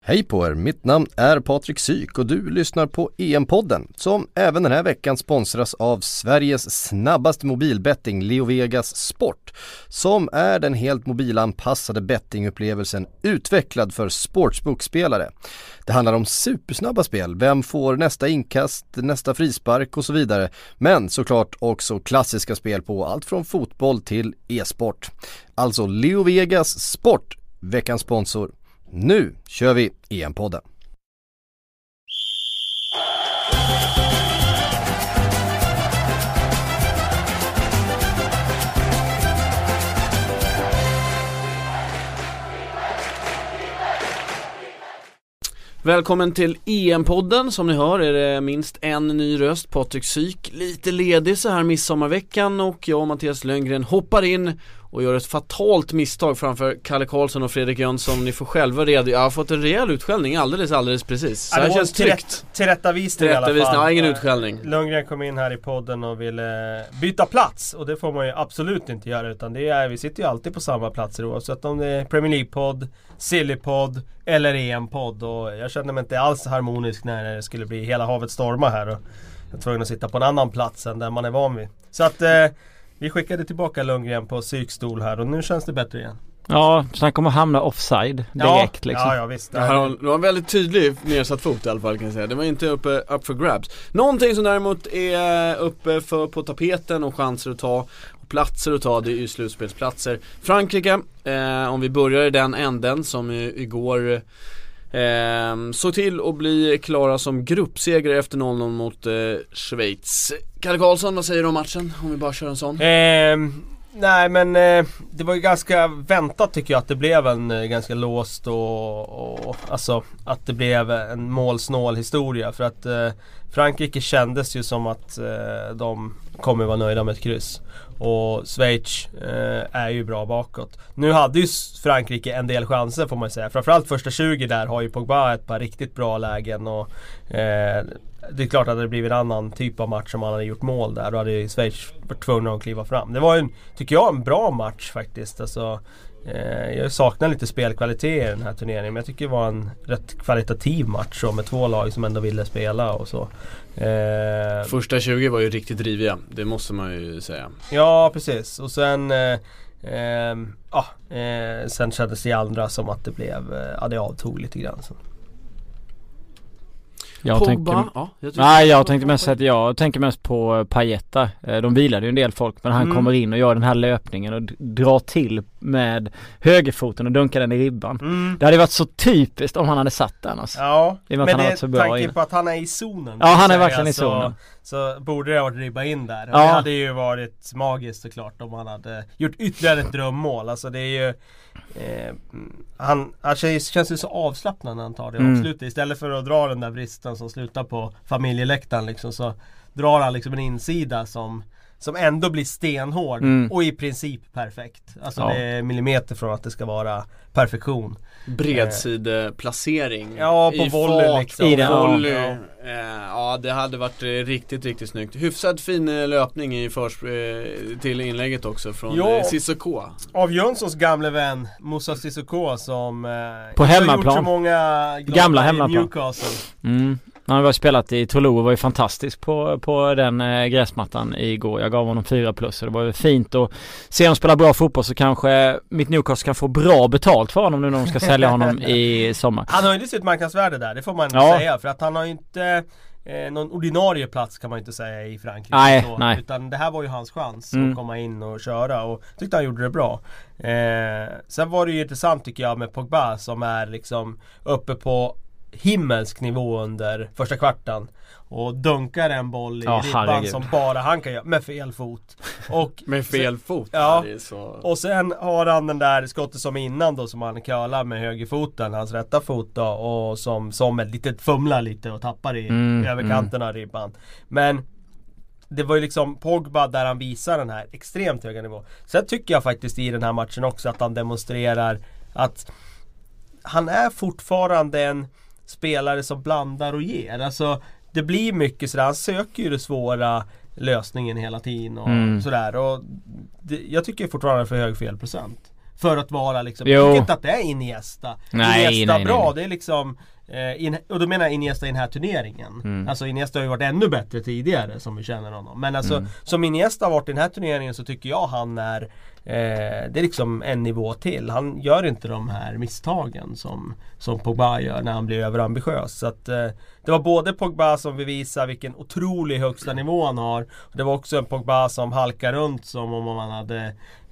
Hej på er, mitt namn är Patrik Syk och du lyssnar på EM-podden som även den här veckan sponsras av Sveriges snabbaste mobilbetting LeoVegas Sport, som är den helt mobilanpassade bettingupplevelsen utvecklad för sportsbookspelare. Det handlar om supersnabba spel, vem får nästa inkast, nästa frispark och så vidare, men såklart också klassiska spel på allt från fotboll till e-sport. Alltså LeoVegas Sport, veckans sponsor. Nu kör vi EM-podden. Välkommen till EM-podden. Som ni hör är det minst en ny röst, Patrik Syk. Lite ledig så här midsommarveckan och jag och Mattias Lönngren hoppar in och gör ett fatalt misstag framför Kalle Karlsson och Fredrik Jönsson. Ni får själva reda. Jag har fått en rejäl utskällning alldeles precis. Så här känns tryggt. Tillrättavisning i alla fall. Ja, ingen utskällning. Lundgren kom in här i podden och ville byta plats. Och det får man ju absolut inte göra. Utan vi sitter ju alltid på samma platser oavsett om det är Premier League-podd, Silly-podd eller EM-podd. Och jag kände mig inte alls harmonisk när det skulle bli hela havet storma här. Och jag var tvungen att sitta på en annan plats än där man är van vid. Så att vi skickade tillbaka Lundgren på psykstol här och nu känns det bättre igen. Ja, så han kommer hamna offside direkt liksom. Ja, visst. Det var en väldigt tydlig nedsatt fot i alla fall kan jag säga. Det var inte up for grabs. Någonting som däremot är uppe på tapeten och chanser att ta och platser att ta, det är ju slutspelsplatser. Frankrike, om vi börjar i den änden som igår såg till att bli klara som gruppsegrare efter 0-0 mot Schweiz. Kalle Karlsson, vad säger du om matchen? Om vi bara kör en sån. Nej men det var ju ganska väntat tycker jag att det blev en ganska låst och alltså att det blev en målsnål historia för att Frankrike kändes ju som att de kommer vara nöjda med ett kryss och Schweiz är ju bra bakåt. Nu hade ju Frankrike en del chanser får man säga. Framförallt första 20 där har ju Pogba ett par riktigt bra lägen och det är klart att det blivit en annan typ av match om man hade gjort mål där. Då hade ju Schweiz varit tvungna att kliva fram. Det var tycker jag, en bra match faktiskt. Alltså, jag saknar lite spelkvalitet i den här turneringen. Men jag tycker det var en rätt kvalitativ match med två lag som ändå ville spela och så. Första 20 var ju riktigt driviga, det måste man ju säga. Ja, precis. Och sen sen kändes det andra som att det blev det avtog lite grann så. Jag tänker mest på Payeta. De vilade ju en del folk, men han kommer in och gör den här löpningen och drar till med högerfoten och dunkar den i ribban. Det hade varit så typiskt om han hade satt den alltså. Ja, men det är tanken på att han är i zonen. Ja, han är verkligen i zonen. Så borde det ha varit ribba in där. Och det hade ju varit magiskt såklart om han hade gjort ytterligare ett drömmål. Alltså det är ju han känns ju så avslappnad när han tar det avslutet. Istället för att dra den där vristen som slutar på familjeläktaren liksom, så drar han liksom en insida som ändå blir stenhård och i princip perfekt. Alltså det är millimeter från att det ska vara perfektion. Bredsideplacering. Ja, på volley liksom. I volley. Ja, det hade varit riktigt snyggt. Hyfsad fin löpning till inlägget också från Sissoko. Av Jönssons gamle vän Moussa Sissoko som på hemmaplan. Gjort så många gamla hemmaplan. Newcastle. Han har spelat i Toulouse och var ju fantastisk på den gräsmattan igår. Jag gav honom 4+. Så det var ju fint att se honom spela bra fotboll, så kanske mitt Newcastle kan få bra betalt för honom nu när de ska sälja honom i sommar. Han har ju inte sitt marknadsvärde där, det får man säga. För att han har ju inte någon ordinarie plats kan man inte säga i Frankrike. Nej. Utan det här var ju hans chans att komma in och köra och tyckte han gjorde det bra. Sen var det ju intressant tycker jag med Pogba som är liksom uppe på himmelsk nivå under första kvarten och dunkar en boll i ribban som bara han kan göra med fel fot. Och med fel fot? Ja, det är så... och sen har han den där skottet som innan då som han curlar med högerfoten, hans rätta fot då, och som ett litet fumlar lite och tappar i överkanten av ribban. Men det var ju liksom Pogba där han visar den här extremt höga nivå. Sen tycker jag faktiskt i den här matchen också att han demonstrerar att han är fortfarande en spelare som blandar och ger. Alltså det blir mycket sådär, han söker ju det svåra lösningen hela tiden och sådär. Och jag tycker fortfarande för hög felprocent. för att vara liksom, jag tycker inte att det är Iniesta. Iniesta bra, det är liksom och då menar jag Iniesta i den här turneringen. Alltså Iniesta har ju varit ännu bättre tidigare som vi känner honom. Men alltså som Iniesta har varit i den här turneringen så tycker jag han är det är liksom en nivå till. Han gör inte de här misstagen som Pogba gör när han blir överambitiös. Så att det var både Pogba som bevisar vilken otrolig högsta nivå han har. Och det var också en Pogba som halkar runt som om man hade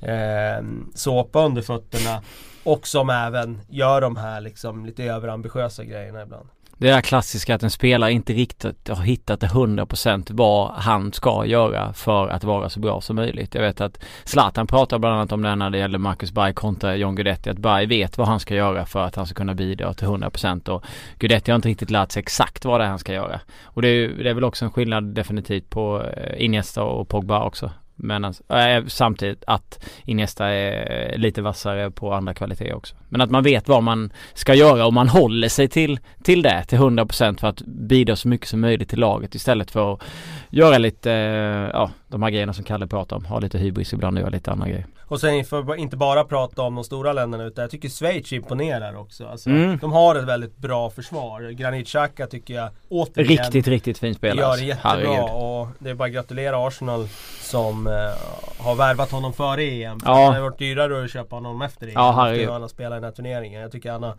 såpa under fötterna. Och som även gör de här liksom lite överambitiösa grejerna ibland. Det är klassiska att en spelare inte riktigt har hittat det 100% vad han ska göra för att vara så bra som möjligt. Jag vet att Zlatan pratar bland annat om det när det gäller Marcus Berg kontra John Guidetti, att Berg vet vad han ska göra för att han ska kunna bidra till 100% och Guidetti har inte riktigt lärt sig exakt vad det är han ska göra. Och det är väl också en skillnad definitivt på Iniesta och Pogba också. Men samtidigt att Iniesta är lite vassare på andra kvaliteter också. Men att man vet vad man ska göra och man håller sig till det till 100% för att bidra så mycket som möjligt till laget istället för att göra lite de här grejerna som Kalle pratar om. Ha lite hybris ibland och göra lite andra grejer. Och sen för inte bara prata om de stora länderna utan jag tycker Schweiz imponerar också. Alltså, de har ett väldigt bra försvar. Granit Xhaka tycker jag återigen riktigt fin spelare. Gör det jättebra och det är bara att gratulera Arsenal som har värvat honom före EM. Det har varit dyrare att köpa honom efter EM. Han spelar i den här turneringen. Jag tycker han har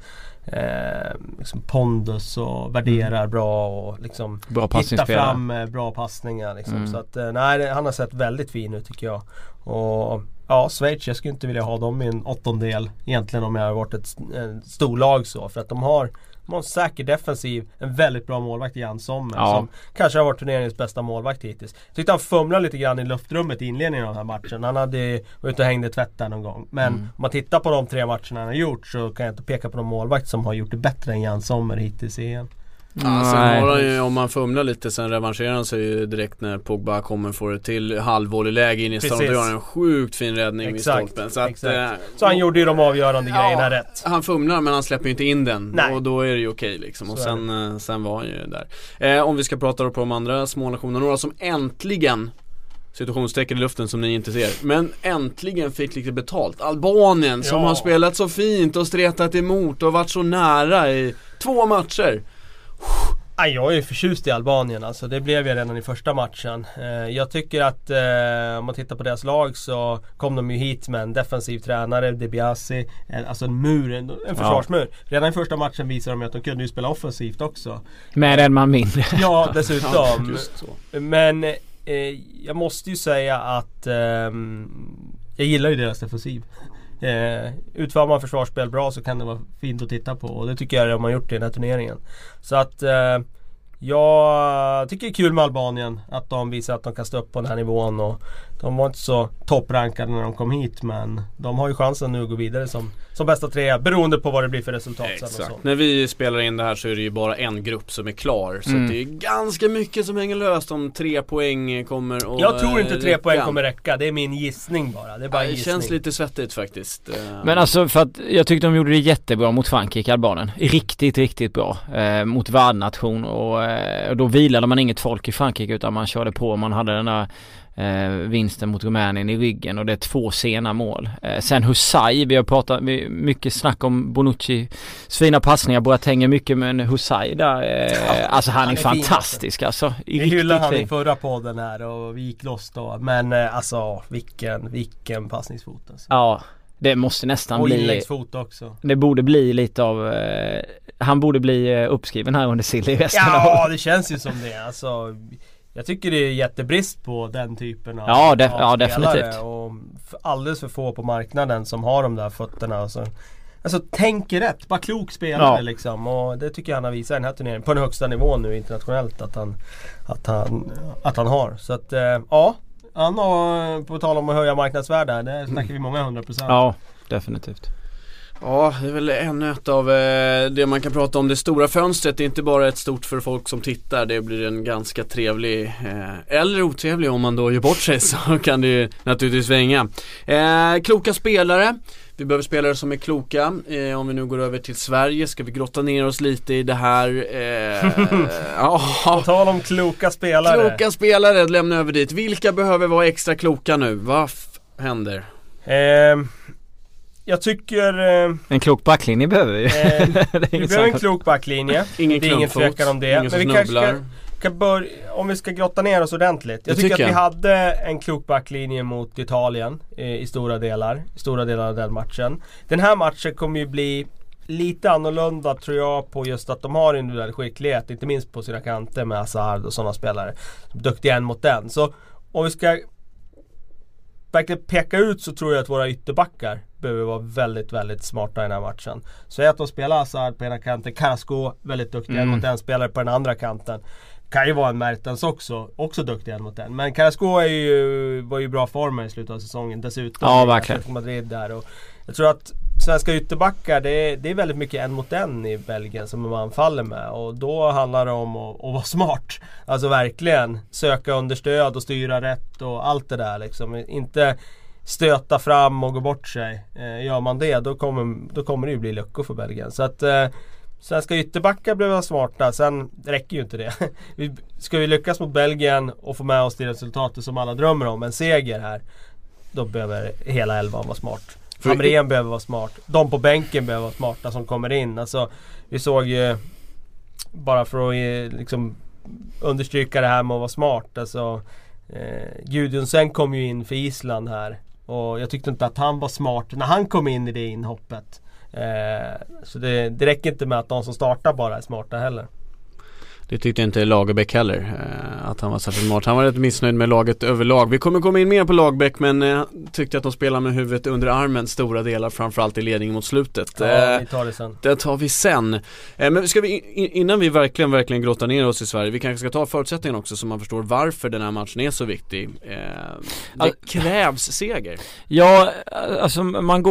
liksom pondus och värderar bra och liksom hittar fram bra passningar liksom. Så att han har sett väldigt fin ut tycker jag. Och Schweiz, jag skulle inte vilja ha dem i en åttondel egentligen om jag har varit ett storlag så, för att de har en säker defensiv, en väldigt bra målvakt i Jan Sommer som kanske har varit turneringens bästa målvakt hittills. Jag tyckte han fumlade lite grann i luftrummet i inledningen av den här matchen. Han hade varit och hängde tvätt där någon gång. Men om man tittar på de 3 matcherna han har gjort så kan jag inte peka på någon målvakt som har gjort det bättre än Jan Sommer hittills i EM. Sen har han ju, om man fumlar lite, sen revanscherar han sig ju direkt när Pogba kommer få det till halvvolleyläge in i stolpen. Då gör han en sjukt fin räddning vid stolpen. Så han gjorde ju de avgörande grejerna rätt. Han fumlar men han släpper ju inte in den. Och då är det ju okej liksom. Och sen var han ju där. Om vi ska prata på de andra små nationerna, några som äntligen, situationstecken i luften som ni inte ser, men äntligen fick lite betalt. Albanien som har spelat så fint och stretat emot och varit så nära i 2 matcher. Jag är förtjust i Albanien, alltså det blev jag redan i första matchen. Jag tycker att om man tittar på deras lag så kom de ju hit med en defensiv tränare, Debiasi, alltså en försvarsmur. Redan i första matchen visade de att de kunde ju spela offensivt också. Med en man mindre. Ja, dessutom. Men jag måste ju säga att jag gillar ju deras defensiv. Utför man försvarsspel bra så kan det vara fint att titta på och det tycker jag de har gjort i den här turneringen. Så att jag tycker det är kul med Albanien att de visar att de kan stå upp på den här nivån och de var inte så topprankade när de kom hit men de har ju chansen nu att gå vidare som bästa 3 beroende på vad det blir för resultat. Exakt. När vi spelar in det här så är det ju bara en grupp som är klar så det är ganska mycket som hänger löst om 3 poäng kommer och jag tror inte 3 poäng kommer räcka, det är min gissning bara. Det är bara gissning. Känns lite svettigt faktiskt. Men alltså för att jag tyckte de gjorde det jättebra mot Frankrike, Albanien. Riktigt bra mot värdnation och då vilade man inget folk i Frankrike utan man körde på, man hade den där vinsten mot Rumänien i ryggen och det är 2 sena mål. Sen Husay, vi har pratat mycket snack om Bonucci, fina passningar, Boateng mycket, men Husay där, alltså han är fantastisk alltså. Vi hyllade han i förra podden här och vi gick loss då, men alltså vilken passningsfot alltså. Ja, det måste nästan och bli inläggsfot också. Det borde bli lite av han borde bli uppskriven här under Silly resten av. Ja, det känns ju som det alltså. Jag tycker det är jättebrist på den typen av spelare definitivt. Och alldeles för få på marknaden som har de där fötterna. Alltså tänker rätt, bara klok spelare liksom. Och det tycker jag han har visat i den här turneringen på den högsta nivån nu internationellt att han har. Så att han har, på tal om att höja marknadsvärde, det snackar vi många 100%. Ja, definitivt. Ja, det är väl ännu ett av det man kan prata om. Det stora fönstret är inte bara ett stort för folk som tittar. Det blir en ganska trevlig eller otrevlig om man då gör bort sig så kan det ju naturligtvis svänga. Kloka spelare. Vi behöver spelare som är kloka. Om vi nu går över till Sverige ska vi grotta ner oss lite i det här. På tal om kloka spelare. Kloka spelare, lämna över dit. Vilka behöver vara extra kloka nu? Vad händer? jag tycker... en klok backlinje behöver vi. Vi behöver en klok backlinje. Det är ingen tvekan om det. Men vi kanske kan börja, om vi ska grotta ner oss ordentligt. Jag tycker att vi hade en klok backlinje mot Italien i stora delar av den matchen. Den här matchen kommer ju bli lite annorlunda, tror jag, på just att de har individuell skicklighet, inte minst på sina kanter med Hazard och sådana spelare. Duktiga en mot den. Så om vi ska verkligen peka ut, så tror jag att våra ytterbackar behöver vara väldigt, väldigt smarta i den här matchen. Så att de spelar Hazard på ena kanten, Carrasco väldigt duktig en mot en spelare på den andra kanten. Kan ju vara en Mertens också duktig en mot en. Men Carrasco var ju bra form i slutet av säsongen dessutom. Ja, verkligen. Madrid där. Och jag tror att svenska ytterbackar, det är väldigt mycket en mot en i Belgien som man faller med. Och då handlar det om att vara smart. Alltså verkligen söka understöd och styra rätt och allt det där liksom. Inte stöta fram och gå bort sig. Gör man det, då kommer det ju bli luckor för Belgien. Så att svenska ytterbackar behöver vara smarta. Sen räcker ju inte det. Ska vi lyckas mot Belgien och få med oss det resultatet som alla drömmer om, en seger här, då behöver hela elvan vara smart. Hamrén behöver vara smart. De på bänken behöver vara smarta som kommer in. Alltså, vi såg ju, bara för att liksom understryka det här med att vara smart, alltså, Gudjonsen kom ju in för Island här, och jag tyckte inte att han var smart när han kom in i det inhoppet. Så det räcker inte med att de som startar bara är smarta heller. Det tyckte inte Lagerbäck heller, att han var särskilt smart. Han var rätt missnöjd med laget överlag. Vi kommer komma in mer på Lagerbäck, men tyckte att de spelar med huvudet under armen stora delar, framförallt i ledningen mot slutet. Ja, vi tar det sen. Det tar vi sen. Men ska vi, innan vi verkligen grottar ner oss i Sverige, vi kanske ska ta förutsättningen också, så man förstår varför den här matchen är så viktig. Det krävs seger. Ja, alltså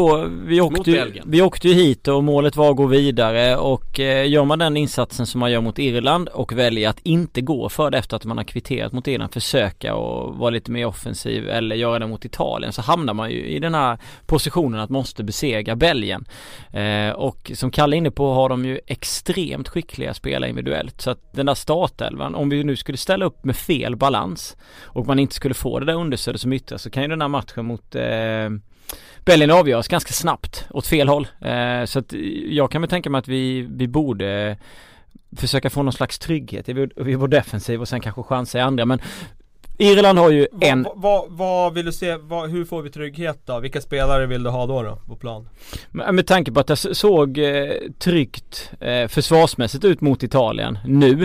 vi åkte ju hit och målet var att gå vidare, och gör man den insatsen som man gör mot Irland och väljer att inte gå för det efter att man har kvitterat mot Irland, försöka och vara lite mer offensiv eller göra det mot Italien, så hamnar man ju i den här positionen att måste besegra Belgien. Och som Kalle är inne på, har de ju extremt skickliga spelare individuellt, så att den där startelvan, om vi nu skulle ställa upp med fel balans och man inte skulle få det där understödet som yttrar, så kan ju den här matchen mot Belgien avgöras ganska snabbt åt fel håll. Så att jag kan väl tänka mig att vi borde försöka få någon slags trygghet i vår defensiv och sen kanske chansa i andra. Men Irland har ju vad vill du se, hur får vi trygghet då? Vilka spelare vill du ha då på plan? Med tanke på att det såg tryggt försvarsmässigt ut mot Italien nu,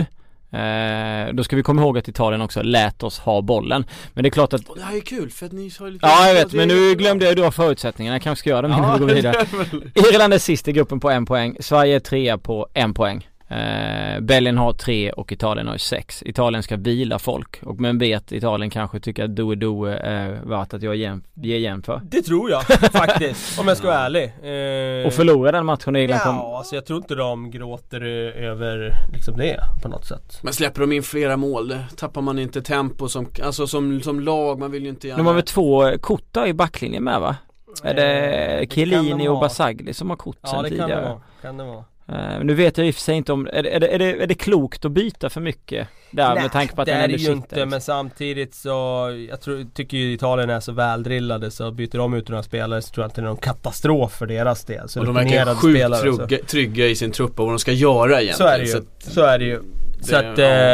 då ska vi komma ihåg att Italien också lät oss ha bollen. Men det är klart att det här är kul för att ni har lite... Ja, jag vet, men nu glömde jag då förutsättningarna. Jag kanske ska göra dem innan vi går vidare. Irland är sist i gruppen på 1 poäng. Sverige är 3 på 1 poäng. Belgien har 3 och Italien har 6. Italien ska vila folk, och men vet Italien kanske tycker att do är värt att jag ger igen för. Det tror jag faktiskt, om jag ska vara ärlig. Och förlora den matchen i Irland. Ja, alltså jag tror inte de gråter över liksom det på något sätt. Men släpper de in flera mål, tappar man inte tempo som lag, man vill ju inte gärna... De har väl 2 korta i backlinjen med, va? Är det Chiellini och Basagli som har kort sen tidigare? Ja, det kan det vara. Nu vet jag i och för sig inte om är det klokt att byta för mycket där. Nej, med tanke på att det är det ju inte, men samtidigt så tycker ju Italien är så väldrillade, så byter de ut några spelare så tror jag inte det är någon katastrof för deras del. Så och de verkar sjukt trygga i sin trupp och vad de ska göra egentligen. Så är det ju. Så att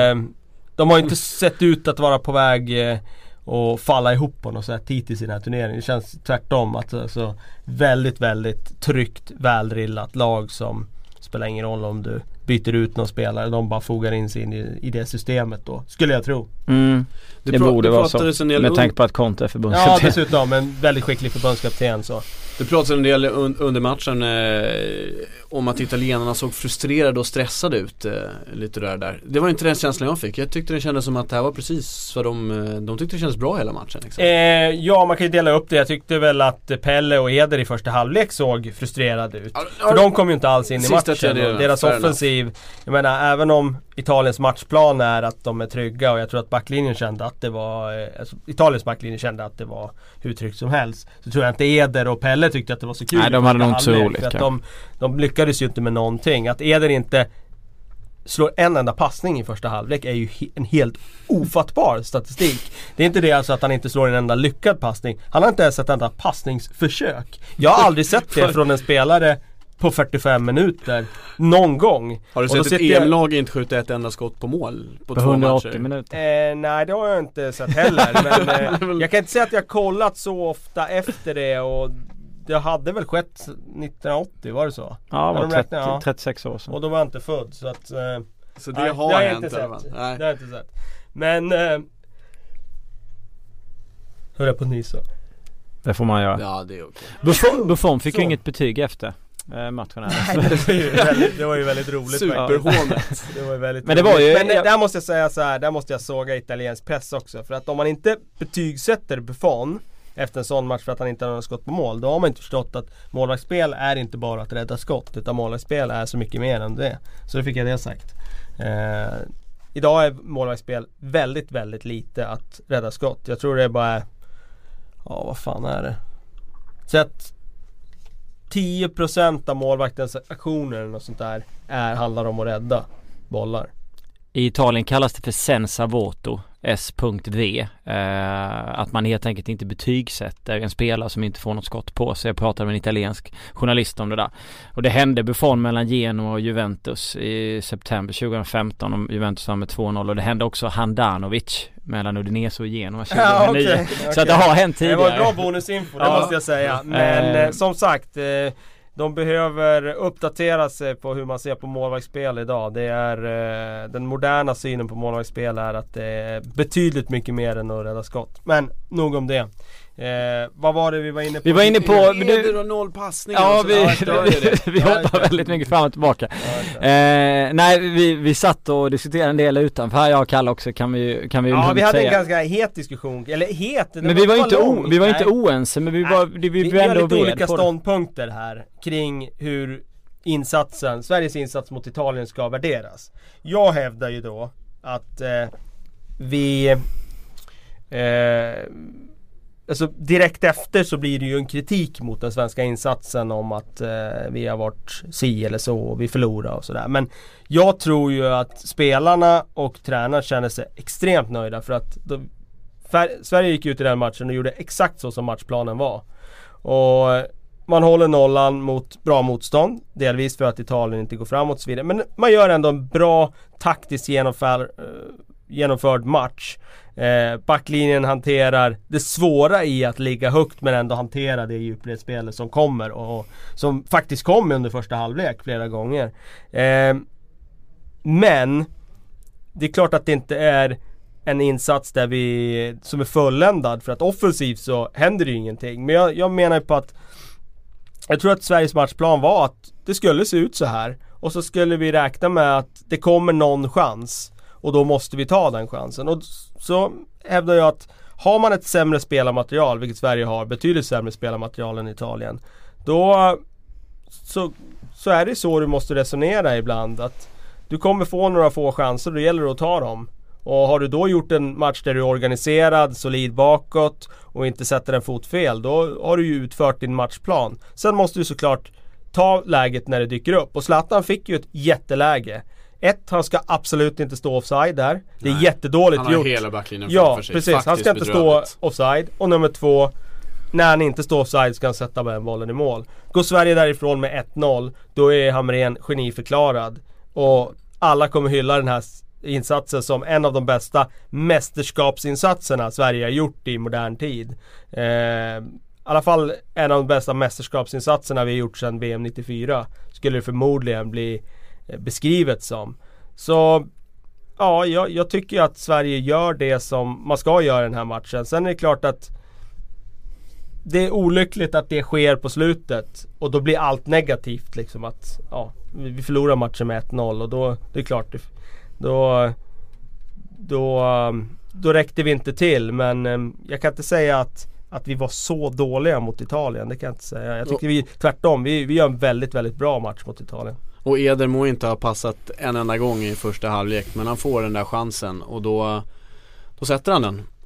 de har inte sett ut att vara på väg och falla ihop på något sätt hittills i den här turneringen. Det känns tvärtom att alltså, väldigt, väldigt tryggt, väldrillat lag som spelar ingen roll om du byter ut någon spelare, de bara fogar in sig i det systemet då, skulle jag tro. Det borde vara så, med tanke på att Conte är förbundskapten. Ja, dessutom en väldigt skicklig förbundskapten så. Det pratades en del under matchen om att italienarna såg frustrerade och stressade ut lite där. Det var inte den känslan jag fick. Jag tyckte det kändes som att det här var precis vad de tyckte det kändes bra hela matchen. Liksom. Ja, man kan ju dela upp det. Jag tyckte väl att Pelle och Eder i första halvlek såg frustrerade ut. För de kom ju inte alls in i matchen. Deras offensiv, jag menar, även om Italiens matchplan är att de är trygga, och jag tror att backlinjen kände att det var Italiens backlinje kände att det var hur tryggt som helst, så tror jag inte Eder och Pelle tyckte att det var så kul. Nej, de hade nog inte så roligt. För att de lyckades ju inte med någonting. Att Eder inte slår en enda passning i första halvlek är ju en helt ofattbar statistik. Det är inte det alltså att han inte slår en enda lyckad passning. Han har inte ens ett enda passningsförsök. Jag har aldrig sett det från en spelare på 45 minuter någon gång. Har du sett ett EM-lag inte skjuta ett enda skott på mål på 180 2 minuter? Nej, det har jag inte sett heller. Men jag kan inte säga att jag har kollat så ofta efter det, och det hade väl skett 1980, var det så? Ja, det var 36 år sedan. Och då var jag inte född, så att... Så det har jag inte sett. Nej. Det har jag inte sett. Men... hör jag på nysa? Det får man göra. Ja, det är okej. Buffon fick ju inget betyg efter matchen här. Nej, det var ju väldigt roligt. Superhånet. Det var ju väldigt men det var ju... Men där måste jag säga så här, där måste jag såga italiensk press också. För att om man inte betygsätter Buffon efter en sån match för att han inte har något skott på mål, då har man inte förstått att målvaktsspel är inte bara att rädda skott, utan målvaktsspel är så mycket mer än det. Så det fick jag det sagt. Idag är målvaktsspel väldigt, väldigt lite att rädda skott. Jag tror det är bara... Ja, vad fan är det? Så att 10% av målvaktens aktioner och sånt där handlar om att rädda bollar. I Italien kallas det för senza voto, S.V. Att man helt enkelt inte betygsätter en spelare som inte får något skott på sig. Jag pratade med en italiensk journalist om det där. Och det hände Buffon mellan Genoa och Juventus i september 2015, och Juventus var med 2-0. Och det hände också Handanovic mellan Udinese och Genoa 2009. Ja, okay. Så att det har hänt tidigare. Det var bra bonusinfo, det måste jag säga. Men som sagt... de behöver uppdatera sig på hur man ser på målvaktsspel idag. Det är den moderna synen på målvaktsspel är att det är betydligt mycket mer än att rädda skott. Men nog om det. Vad var det vi var inne på? Vi var inne på Eder och noll passningar. Ja, vi hoppar väldigt mycket fram och tillbaka. Nej, vi satt och diskuterade en del utanför. Jag och Kalle också kan vi ja, vi hade en ganska het diskussion. Eller het. Men vi var inte oense, men vi har lite olika ståndpunkter här kring hur Sveriges insats mot Italien ska värderas. Jag hävdar ju då att alltså direkt efter så blir det ju en kritik mot den svenska insatsen om att vi har varit si eller så och vi förlorar och sådär. Men jag tror ju att spelarna och tränarna känner sig extremt nöjda, för att Sverige gick ut i den matchen och gjorde exakt så som matchplanen var. Och man håller nollan mot bra motstånd, delvis för att Italien inte går framåt och så vidare. Men man gör ändå en bra taktiskt genomförd match. Backlinjen hanterar det svåra i att ligga högt, men ändå hantera det djupledsspelet som kommer och som faktiskt kom under första halvlek flera gånger. Men det är klart att det inte är en insats där som är fulländad, för att offensivt så händer det ju ingenting. Men jag menar på att jag tror att Sveriges matchplan var att det skulle se ut så här, och så skulle vi räkna med att det kommer någon chans, och då måste vi ta den chansen. Och så hävdar jag att har man ett sämre spelarmaterial, vilket Sverige har, betydligt sämre spelarmaterial än Italien, då så är det så du måste resonera ibland, att du kommer få några få chanser, då gäller det att ta dem. Och har du då gjort en match där du är organiserad, solid bakåt och inte sätter en fot fel, då har du ju utfört din matchplan. Sen måste du såklart ta läget när det dyker upp. Och Zlatan fick ju ett jätteläge. Han ska absolut inte stå offside där. Det är jättedåligt gjort. Han har hela backlinjen framför sig. Precis. Faktiskt han ska inte stå offside. Och nummer 2, när han inte står offside ska han sätta med bollen i mål. Går Sverige därifrån med 1-0, då är Hamrén geniförklarad. Och alla kommer hylla den här insatsen som en av de bästa mästerskapsinsatserna Sverige har gjort i modern tid. I alla fall en av de bästa mästerskapsinsatserna vi har gjort sedan VM 94 skulle det förmodligen bli beskrivet som. Så ja, jag tycker att Sverige gör det som man ska göra i den här matchen. Sen är det klart att det är olyckligt att det sker på slutet, och då blir allt negativt liksom, att vi förlorar matchen med 1-0, och då det är klart då räckte vi inte till. Men jag kan inte säga att vi var så dåliga mot Italien. Det kan jag inte säga. Jag tycker tvärtom, vi gör en väldigt, väldigt bra match mot Italien. Och Eder må inte ha passat en enda gång i första halvlek, men han får den där chansen, och då sätter han den.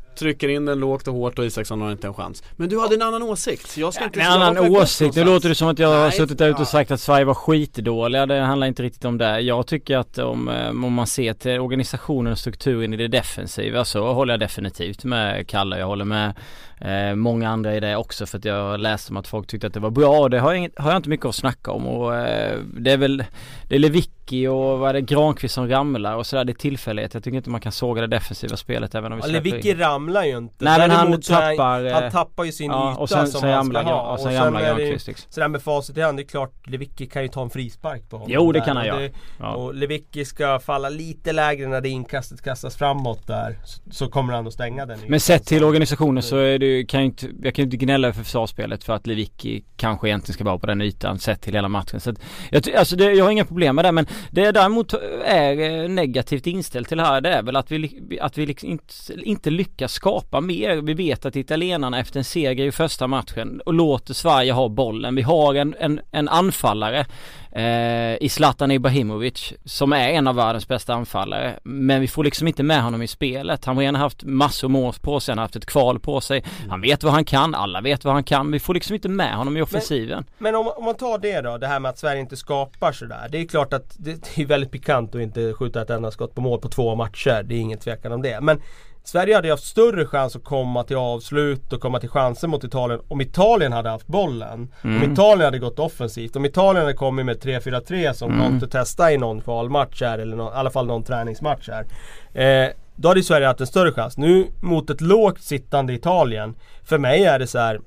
trycker in den lågt och hårt och Isaksson har inte en chans. Men du hade en annan åsikt. Jag ska inte en annan åsikt, det låter det som att jag har suttit där ute och sagt att Sverige var skitdåliga. Det handlar inte riktigt om det. Jag tycker att om man ser till organisationen och strukturen i det defensiva så håller jag definitivt med Kalle. Jag håller med många andra i det också, för att jag läste om att folk tyckte att det var bra, och det har jag inte mycket att snacka om, och det är Lewicki och vad är det, Granqvist som ramlar och sådär, det är tillfällighet. Jag tycker inte man kan såga det defensiva spelet även om vi Lewicki ramlar ju inte. Nej, men han tappar ju sin yta och sen, som sen han ska ha. och sen ramlar Granqvist liksom. Så där med facit i hand, det är klart Lewicki kan ju ta en frispark på honom. Jo, det kan han göra. Och Lewicki ska falla lite lägre när det inkastet kastas framåt där, så kommer han att stänga den. Men sett till organisationen så är det, jag kan ju inte gnälla för försvarsspelet, för att Lewicki kanske egentligen ska vara på den ytan sett till hela matchen. Så att, jag har inga problem med det, men det jag däremot är negativt inställd till här, det är väl att vi liksom inte lyckas skapa mer. Vi vet att italienarna efter en seger i första matchen och låter Sverige ha bollen. Vi har en anfallare i Zlatan Ibrahimovic som är en av världens bästa anfallare, men vi får liksom inte med honom i spelet. Han har redan haft massor mål på sig, han har haft ett kval på sig, han vet vad han kan, alla vet vad han kan, vi får liksom inte med honom i offensiven. Men om man tar det då, det här med att Sverige inte skapar sådär, det är klart att det är väldigt pikant att inte skjuta ett enda skott på mål på 2 matcher, det är ingen tvekan om det, men Sverige hade haft större chans att komma till avslut och komma till chanser mot Italien om Italien hade haft bollen. Om Italien hade gått offensivt. Om Italien hade kommit med 3-4-3 som Conte testade i någon kvalmatch här, eller i alla fall någon träningsmatch här. Då hade Sverige haft en större chans. Nu mot ett lågt sittande Italien, för mig är det så här.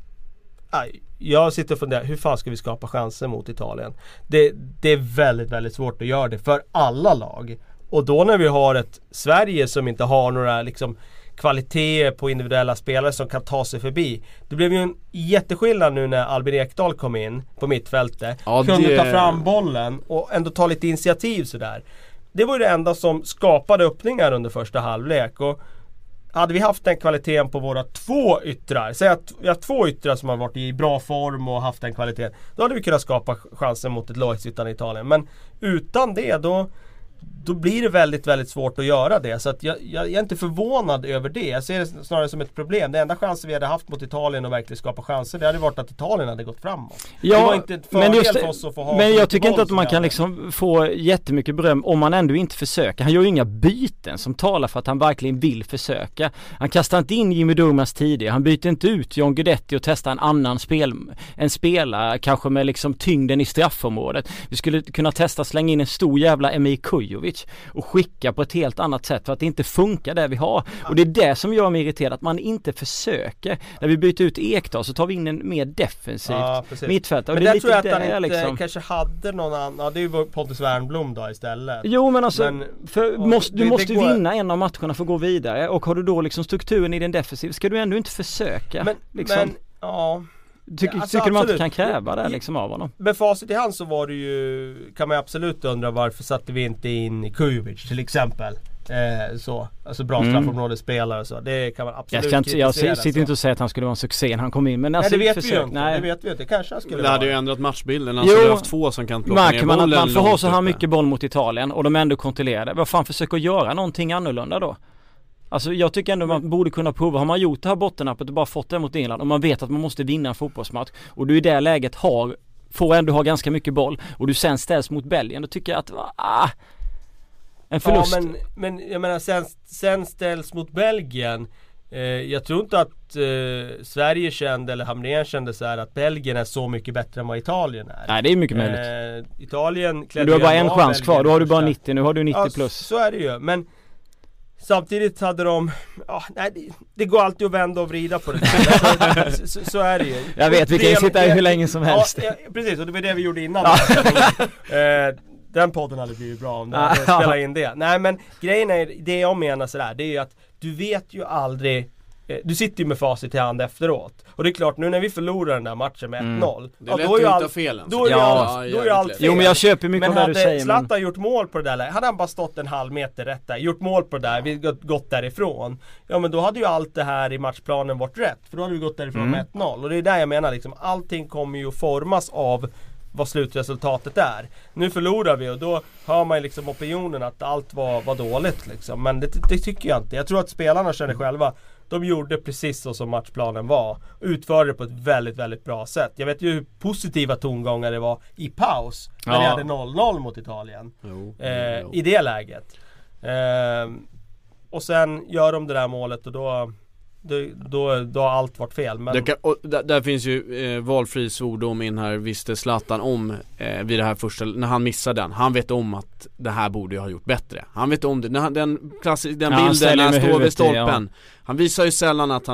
Jag sitter och funderar, hur fan ska vi skapa chanser mot Italien? Det är väldigt, väldigt svårt att göra det för alla lag. Och då när vi har ett Sverige som inte har några liksom kvaliteter på individuella spelare som kan ta sig förbi. Det blev ju en jätteskillnad nu när Albin Ekdal kom in på mittfältet. Kunde ta fram bollen och ändå ta lite initiativ sådär. Det var ju det enda som skapade öppningar under första halvlek. Och hade vi haft den kvaliteten på våra 2 yttrar, säg att vi har 2 yttrar som har varit i bra form och haft den kvaliteten, då hade vi kunnat skapa chansen mot ett lågsittande Italien. Men utan det, då blir det väldigt, väldigt svårt att göra det. Så att jag är inte förvånad över det. Jag ser det snarare som ett problem. Det enda chansen vi hade haft mot Italien och verkligen skapa chanser, det hade varit att Italien hade gått framåt. Ja, det var inte ett fördel för oss att få ha. Men jag tycker inte att man kan liksom få jättemycket beröm om man ändå inte försöker. Han gör ju inga byten som talar för att han verkligen vill försöka. Han kastar inte in Jimmy Durmaz tidigare. Han byter inte ut John Guidetti och testar en annan spelare kanske med liksom tyngden i straffområdet. Vi skulle kunna testa slänga in en stor jävla Emir Kujovic och skicka på ett helt annat sätt, för att det inte funkar det vi har. Och det är det som gör mig irriterad, att man inte försöker. När vi byter ut Ekdal så tar vi in en mer defensivt mittfältare. Men det tror jag att han inte liksom kanske hade någon annan. Ja, det är ju Pontus Wernbloom då istället. Jo, men alltså du måste vinna en av matcherna för att gå vidare. Och har du då liksom strukturen i den defensiv, ska du ändå inte försöka. Men ja, Tycker man inte kan kräva det liksom av honom? Med facit i hand så var det ju, kan man absolut undra varför satte vi inte in Kujovic till exempel. Alltså bra straffområdesspelare och så. Det kan man absolut kritisera. Jag sitter inte och säger att han skulle vara en succé när han kom in, men alltså, det vet vi ju inte. Det vet vi inte. Kanske han skulle. Det hade ju ändrat matchbilden. Han skulle haft 2 som kan plocka ner bollen. Man får ha så här mycket boll mot Italien och de är ändå kontrollerade. Vad fan, försöker göra någonting annorlunda då? Alltså jag tycker ändå man borde kunna prova. Har man gjort det här bottennappet och bara fått det mot England och man vet att man måste vinna en fotbollsmatch och du i det läget får ändå ha ganska mycket boll och du sen ställs mot Belgien, då tycker jag att en förlust. Ja, men jag menar sen ställs mot Belgien. Jag tror inte att Sverige kände eller Hamrén kände så här att Belgien är så mycket bättre än vad Italien är. Nej, det är mycket möjligt. Italien klädde. Du har bara en chans Belgien kvar, då har du bara 90, nu har du 90 plus. Så är det ju, men samtidigt hade de, det går alltid att vända och vrida på det där. så är det ju. Jag vet, vi kan ju sitta här hur länge som helst. Ja, precis, och det var det vi gjorde innan. Den podden hade blivit bra om det spela in det. Nej, men grejen är, det jag menar sådär, det är ju att du vet ju aldrig. Du sitter ju med facit i hand efteråt. Och det är klart, nu när vi förlorar den där matchen med 1-0, det är lätt att hitta felen. Då är allt fel. Jo, men jag köper mycket om det du säger. Men hade Zlatan gjort mål på det där, hade han bara stått en halv meter rätt där, gjort mål på det där, vi gått därifrån. Ja, men då hade ju allt det här i matchplanen varit rätt. För då hade vi gått därifrån med 1-0. Och det är där jag menar liksom, allting kommer ju formas av vad slutresultatet är. Nu förlorar vi och då hör man ju liksom opinionen att allt var dåligt liksom. Men det tycker jag inte. Jag tror att spelarna känner själva, de gjorde precis så som matchplanen var. Utförde det på ett väldigt, väldigt bra sätt. Jag vet ju hur positiva tongångar det var i paus. När vi hade 0-0 mot Italien. I det läget. Och sen gör de det där målet och då har allt varit fel. Men... där finns ju valfri svordom in här. Visste Zlatan om vid det här första, när han missade den. Han vet om att det här borde jag ha gjort bättre. Han vet om det. Den bilden när han står vid stolpen. Han visar ju sällan att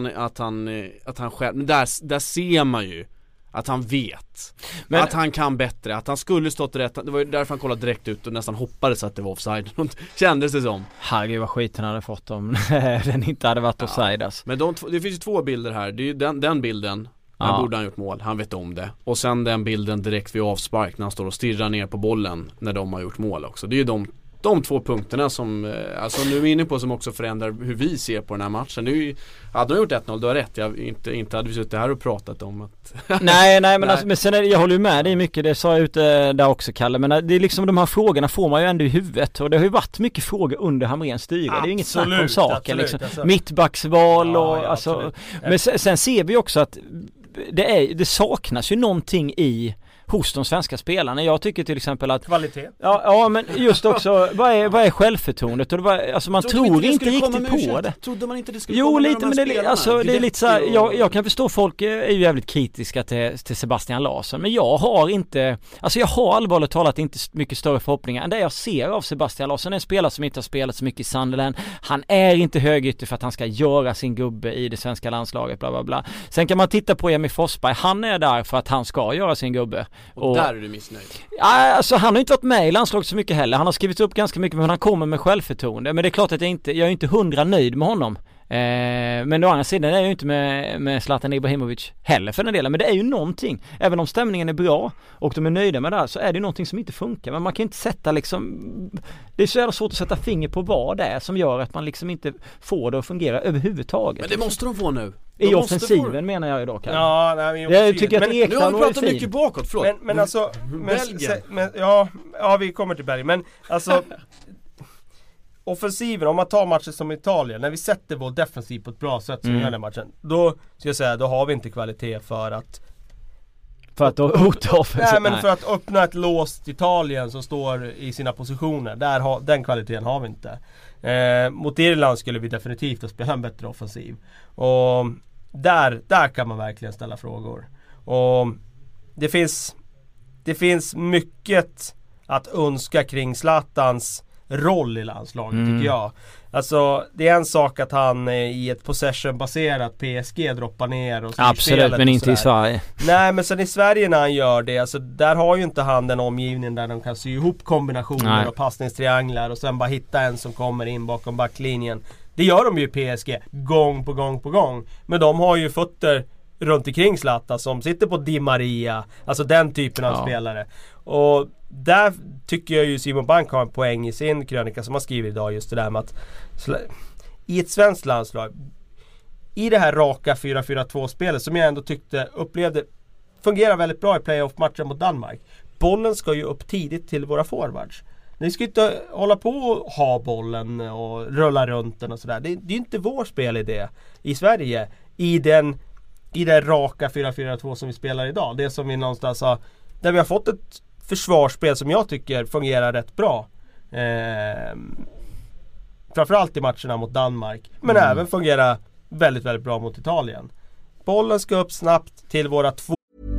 han själv, men där ser man ju att han vet att han kan bättre, att han skulle stått rätt. Det var ju därför han kollade direkt ut och nästan hoppades att det var offside. Kändes det som. Herregud vad skiten hade fått om den inte hade varit offside. Alltså. Men det finns ju två bilder här. Det är ju den bilden. Här borde han gjort mål, han vet om det. Och sen den bilden direkt vid avspark när han står och stirrar ner på bollen när de har gjort mål också. Det är ju de två punkterna som alltså nu är vi inne på, som också förändrar hur vi ser på den här matchen. Nu hade de gjort 1-0, du har rätt. Jag inte hade vi suttit här och pratat om att nej men alltså, men sen jag håller ju med, det är mycket, det sa jag ute där också, Kalle, men det är liksom de här frågorna får man ju ändå i huvudet, och det har ju varit mycket frågor under Hamréns styre. Det är ju inget snack om saken liksom. Alltså. Mittbacksval och alltså, men sen ser vi också att det saknas ju någonting hos de svenska spelarna. Jag tycker till exempel att kvalitet. Ja, men just också vad är självförtroendet, och alltså man tror inte riktigt på det. Trodde man inte det skulle komma lite, med men det är lite så här, jag kan förstå folk är ju jävligt kritiska till Sebastian Larsson, men jag har allvarligt talat inte mycket större förhoppningar än det jag ser av Sebastian Larsson. En spelare som inte har spelat så mycket i Sunderland. Han är inte högytter för att han ska göra sin gubbe i det svenska landslaget, bla bla bla. Sen kan man titta på Emil Forsberg. Han är där för att han ska göra sin gubbe. Och där är du missnöjd? Alltså han har inte varit med i landslaget så mycket heller. Han har skrivit upp ganska mycket, men han kommer med självförtroende. Men det är klart att jag är inte 100 nöjd med honom. Men å andra sidan är jag ju inte med Zlatan Ibrahimovic heller för den delen. Men det är ju någonting. Även om stämningen är bra och de är nöjda med det här, så är det ju någonting som inte funkar. Men man kan inte sätta liksom... Det är så jävla svårt att sätta finger på vad det är som gör att man liksom inte får det att fungera överhuvudtaget. Men det måste de få nu. I offensiven menar jag idag, Kalle. Ja, nej, jag tycker att nu har vi pratat mycket bakåt, förlåt. Men alltså... vi kommer till Belgien. Men alltså... offensiven, om man tar matcher som Italien, när vi sätter vår defensiv på ett bra sätt som gör den matchen, då ska jag säga, då har vi inte kvalitet för att hota offensiven. Nej, men för att öppna ett låst Italien som står i sina positioner. Den kvaliteten har vi inte. Mot Irland skulle vi definitivt spela en bättre offensiv. Och där kan man verkligen ställa frågor. Och det finns mycket att önska kring Zlatans roll i landslaget tycker jag. Alltså det är en sak att han i ett possession-baserat PSG droppar ner och absolut, men inte i Sverige. Nej, men sen i Sverige när han gör det, alltså där har ju inte han den omgivningen där de kan sy ihop kombinationer och passningstrianglar och sen bara hitta en som kommer in bakom backlinjen. Det gör de ju i PSG gång på gång på gång. Men de har ju fötter runt omkring Zlatan som sitter på Di Maria, alltså den typen av spelare. Och där tycker jag ju Simon Bank har en poäng i sin krönika som han skriver idag, just det där med att i ett svenskt landslag, i det här raka 4-4-2-spelet som jag ändå upplevde fungerar väldigt bra i playoff-matchen mot Danmark. Bollen ska ju upp tidigt till våra forwards. Ni ska inte hålla på och ha bollen och rulla runt den och sådär. Det är inte vår spelidé i Sverige i det raka 4-4-2 som vi spelar idag. Det som vi någonstans har, där vi har fått ett försvarsspel som jag tycker fungerar rätt bra. Framförallt i matcherna mot Danmark. Men även fungerar väldigt, väldigt bra mot Italien. Bollen ska upp snabbt till våra två.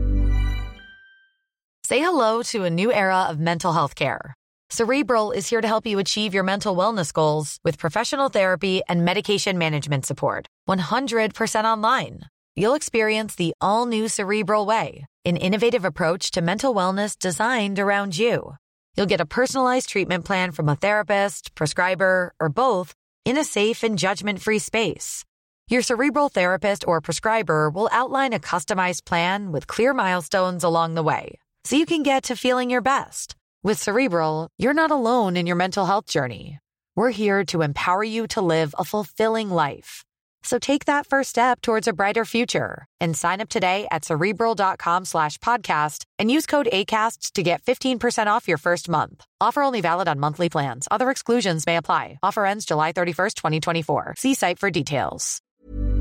Say hello to a new era of mental health care. Cerebral is here to help you achieve your mental wellness goals with professional therapy and medication management support. 100% online. You'll experience the all-new Cerebral Way, an innovative approach to mental wellness designed around you. You'll get a personalized treatment plan from a therapist, prescriber, or both in a safe and judgment-free space. Your Cerebral therapist or prescriber will outline a customized plan with clear milestones along the way, so you can get to feeling your best. With Cerebral, you're not alone in your mental health journey. We're here to empower you to live a fulfilling life. So take that first step towards a brighter future and sign up today at Cerebral.com/podcast and use code ACAST to get 15% off your first month. Offer only valid on monthly plans. Other exclusions may apply. Offer ends July 31st, 2024. See site for details.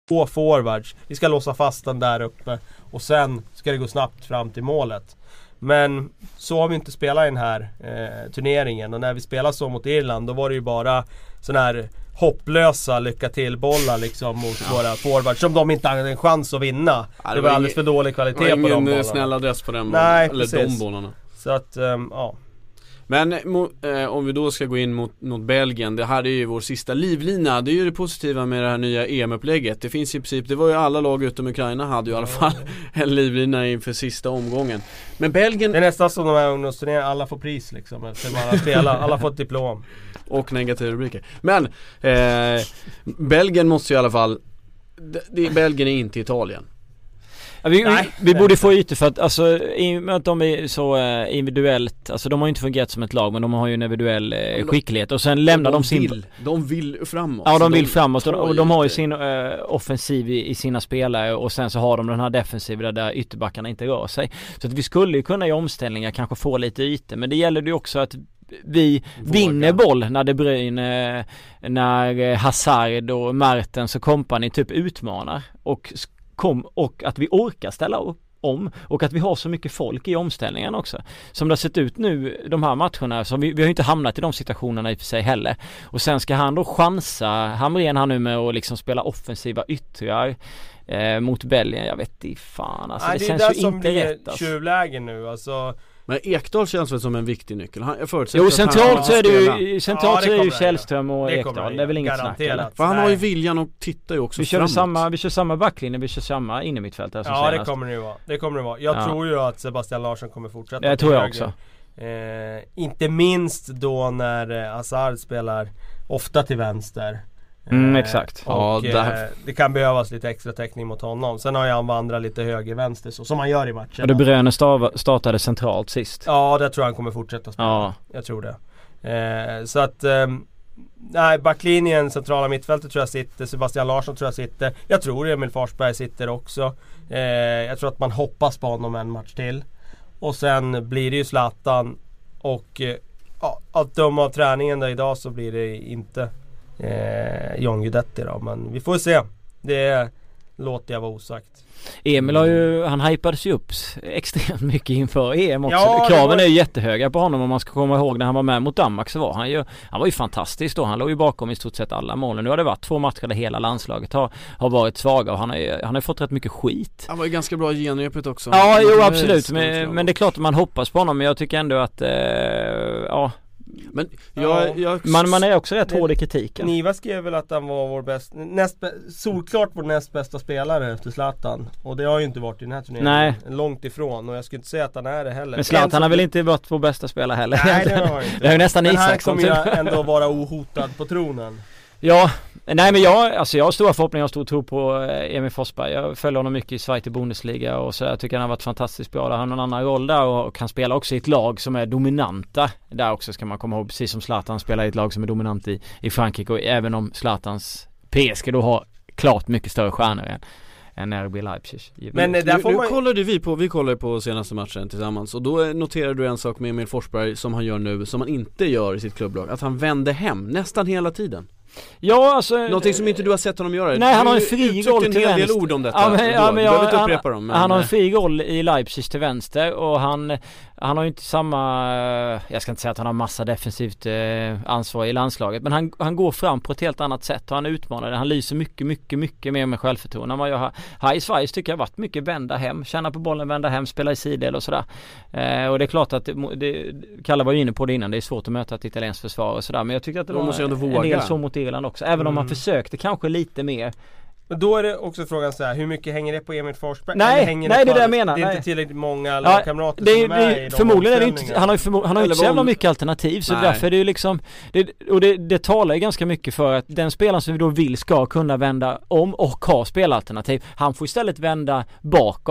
2 forwards. Vi ska låsa fast den där uppe och sen ska det gå snabbt fram till målet. Men så har vi inte spelat i den här turneringen. Och när vi spelade så mot Irland, då var det ju bara sån här hopplösa lycka till bollar liksom mot våra forwards som de inte hade en chans att vinna. Det var alldeles för dålig kvalitet på de bollarna. Ingen snäll adress på den Nej, eller precis. de bollarna. Så att, ja. Men om vi då ska gå in mot Belgien, det här är ju vår sista livlina. Det är ju det positiva med det här nya EM-upplägget. Det finns i princip, det var ju alla lag utom Ukraina hade ju i alla fall en livlina inför sista omgången. Men Belgien... Det är nästan som de här ungdomsturneringarna, alla får pris liksom. Efter man spelar, alla får ett diplom. Och negativa rubriker. Men Belgien måste ju i alla fall... Belgien är inte Italien. Ja, vi borde få ytor för att alltså, i och med att de är så individuellt, alltså de har ju inte fungerat som ett lag, men de har ju en individuell skicklighet och sen lämnar de vill framåt. Ja, de vill framåt och de har ju sin offensiv i sina spelare och sen så har de den här defensiven där ytterbackarna inte rör sig. Så att vi skulle ju kunna i omställningar kanske få lite ytor, men det gäller ju också att vi vinner boll när De Bruyne, när Hazard och Mertens och company typ utmanar och att vi orkar ställa om och att vi har så mycket folk i omställningen också. Som det har sett ut nu de här matcherna, så vi har ju inte hamnat i de situationerna i och för sig heller. Och sen ska han då chansa Hamrén här nu med att liksom spela offensiva yttrar mot Belgien. Jag vet inte fan alltså. Nej, det känns känns ju inte rätt. Det är tjuvlägen nu alltså. Men Ekdal känns väl som en viktig nyckel. Jo, centralt så är det ju Källström och Ekdal. Det är väl inget snack eller? För han har ju viljan och tittar ju också framåt. Vi kör samma backlinje, vi kör samma innermittfältare som senast. senast. Det kommer det vara. Jag tror ju att Sebastian Larsson kommer fortsätta. Det tror jag också. Inte minst då när Hazard spelar ofta till vänster. Exakt. Och det kan behövas lite extra täckning mot honom. Sen har han vandrat lite höger-vänster så, som han gör i matchen. Och det Bröne startade centralt sist. Ja, det tror jag han kommer fortsätta spela. Ja. Jag tror det. Så att nej, backlinjen, centrala mittfältet tror jag sitter. Sebastian Larsson tror jag sitter. Jag tror Emil Forsberg sitter också. Jag tror att man hoppas på honom en match till. Och sen blir det ju Zlatan. Och att döma av träningen där idag så blir det inte John Guidetti då, men vi får se. Det låter jag vara osagt. Emil han hypades ju upp extremt mycket inför EM också. Ja, kraven är ju jättehöga på honom om man ska komma ihåg när han var med mot Danmark så var han var ju fantastisk då. Han låg ju bakom i stort sett alla målen. Nu har det varit 2 matcher där hela landslaget har varit svaga och han har fått rätt mycket skit. Han var ju ganska bra i genrepet också. Ja, jo absolut. Men det är klart att man hoppas på honom, men jag tycker ändå att men man är också rätt hård i kritiken. Niva skrev väl att han var vår solklart vår näst bästa spelare efter Zlatan. Och det har ju inte varit i den här turneringen. Nej. Långt ifrån. Och jag skulle inte säga att han är det heller. Men Zlatan har väl inte varit vår bästa spelare heller. Nej, det har inte. Det är ju nästan Isak. Men han kommer ju ändå vara ohotad på tronen. Ja, nej men jag har stora förhoppningar och stor tro på Emil Forsberg. Jag följer honom mycket i Zweite Bundesliga och så jag tycker han har varit fantastiskt bra. Han har en annan roll där och kan spela också i ett lag som är dominanta. Där också ska man komma ihåg, precis som Zlatan spelar i ett lag som är dominant i Frankrike, och även om Zlatans PSG då har klart mycket större stjärnor än RB Leipzig. Men vi kollade på senaste matchen tillsammans och då noterade du en sak med Emil Forsberg som han gör nu, som han inte gör i sitt klubblag, att han vänder hem nästan hela tiden. Ja, alltså någonting som inte du har sett honom göra. Nej, han har en fri roll till vänster. En hel del ord om detta. Ja, inte upprepa dem. Han har en fri roll i Leipzig till vänster och han har ju inte samma, jag ska inte säga att han har massa defensivt ansvar i landslaget, men han går fram på ett helt annat sätt och han utmanar det. Han lyser mycket mer med självförtroende. Han var ju här i Sverige tycker jag varit mycket vända hem, känna på bollen, vända hem, spela i sidel och sådär. Och det är klart att Kalle var ju inne på det innan, det är svårt att möta ett italienskt försvar och sådär, men jag tycker att det var en del så mot Irland också, även om han försökte kanske lite mer. Men då är det också frågan så här, hur mycket hänger det på Emil Forsberg? Nej, det är det jag menar. Det är inte tillräckligt många lagkamrater som är med i de förmodligen är det inte, han har inte så jävla mycket alternativ, så därför är det ju liksom det talar ju ganska mycket för att den spelaren som vi då vill ska kunna vända om och ha spelalternativ. Han får istället vända bakåt